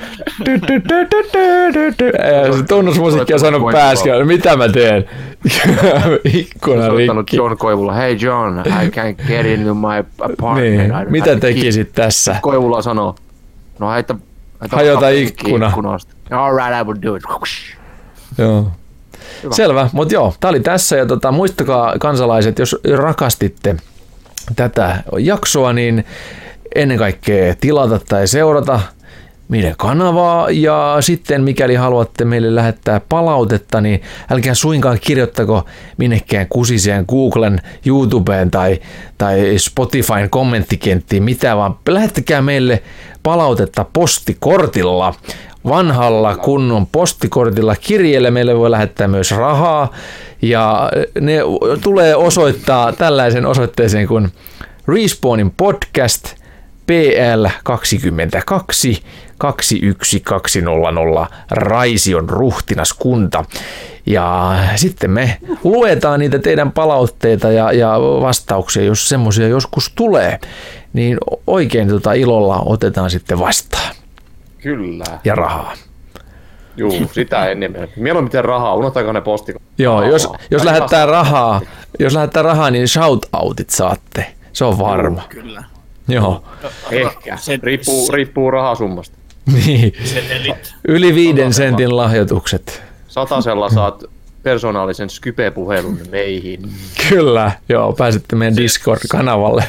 Se tunnusmusiikki on saanut pääskään. Mitä mä teen? Ikkuna rikki. John Koivula, hey John, I can't get into my apartment. Niin. Mitä tekisit tässä? Koivula sanoo, no hajota ikkuna. All right, I will do it. Joo. Hyvä. Selvä, mutta joo, tää oli tässä ja muistakaa kansalaiset, jos rakastitte tätä jaksoa, niin ennen kaikkea tilata tai seurata meidän kanavaa ja sitten mikäli haluatte meille lähettää palautetta, niin älkää suinkaan kirjoittako minnekään kusiseen Googlen, YouTubeen tai Spotifyn kommenttikenttiin mitään, vaan lähettäkää meille palautetta postikortilla. Vanhalla kunnon postikortilla kirjeelle meille voi lähettää myös rahaa ja ne tulee osoittaa tällaisen osoitteeseen kuin Respawnin podcast PL 22 21200 Raision Ruhtinaskunta. Ja sitten me luetaan niitä teidän palautteita ja vastauksia, jos semmoisia joskus tulee, niin oikein ilolla otetaan sitten vastaan. Kyllä. Ja rahaa. Juu, sitä enemmän. Mieluummin miten rahaa, unohtakaa ne postikot. Joo, jos lähettää rahaa, niin shoutoutit saatte. Se on varma. Kyllä. Joo. Ehkä. Riippuu rahasummasta. Niin. Yli 5 sentin lahjoitukset. 100 saat persoonallisen Skype-puhelun meihin. Kyllä, joo, pääsette meidän Discord-kanavalle.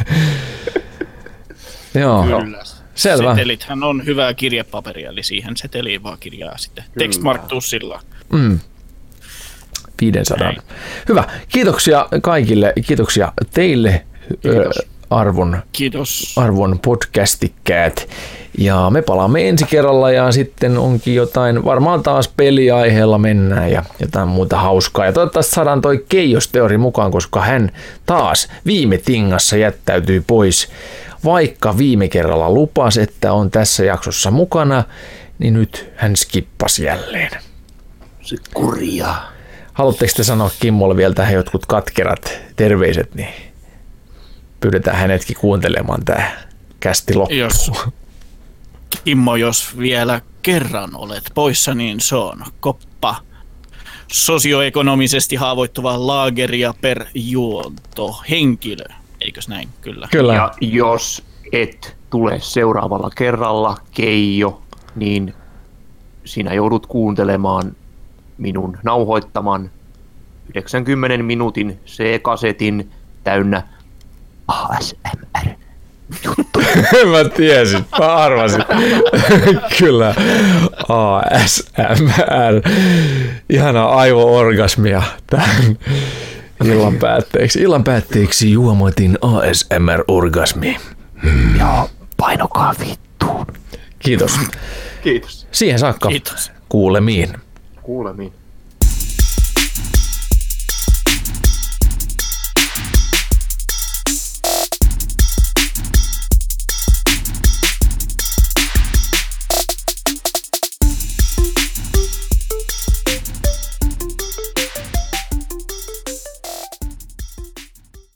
Joo. Kyllä. Selvä. Setelithän on hyvää kirjepaperia, eli siihen seteliin vaan kirjaa sitten. Textmark Tussilla. 500. Näin. Hyvä. Kiitoksia kaikille. Kiitoksia teille. Kiitos. Arvon podcastikkäät. Ja me palaamme ensi kerralla ja sitten onkin jotain, varmaan taas peliaiheella mennään ja jotain muuta hauskaa. Ja toivottavasti saadaan toi Keijosteori mukaan, koska hän taas viime tingassa jättäytyi pois. Vaikka viime kerralla lupasi, että on tässä jaksossa mukana, niin nyt hän skippasi jälleen. Se kurjaa. Haluatteko te sanoa Kimmolle vielä tähän jotkut katkerat terveiset, niin pyydetään hänetkin kuuntelemaan tämä kästi loppuun. Kimmo, jos vielä kerran olet poissa, niin se on koppa sosioekonomisesti haavoittuva laageria per juonto henkilö. Eikös näin? Kyllä. Ja jos et tule seuraavalla kerralla, Keijo, niin sinä joudut kuuntelemaan minun nauhoittaman 90 minuutin C-kasetin täynnä ASMR-juttu. Mä tiesin, mä arvasin. Kyllä, ASMR. Ihanaa aivo-orgasmia tämän illan päätteeksi juomotin ASMR-orgasmi. Ja painokaa vittuun. Kiitos. Kiitos. Siihen saakka. Kiitos. Kuulemiin. Kuulemiin.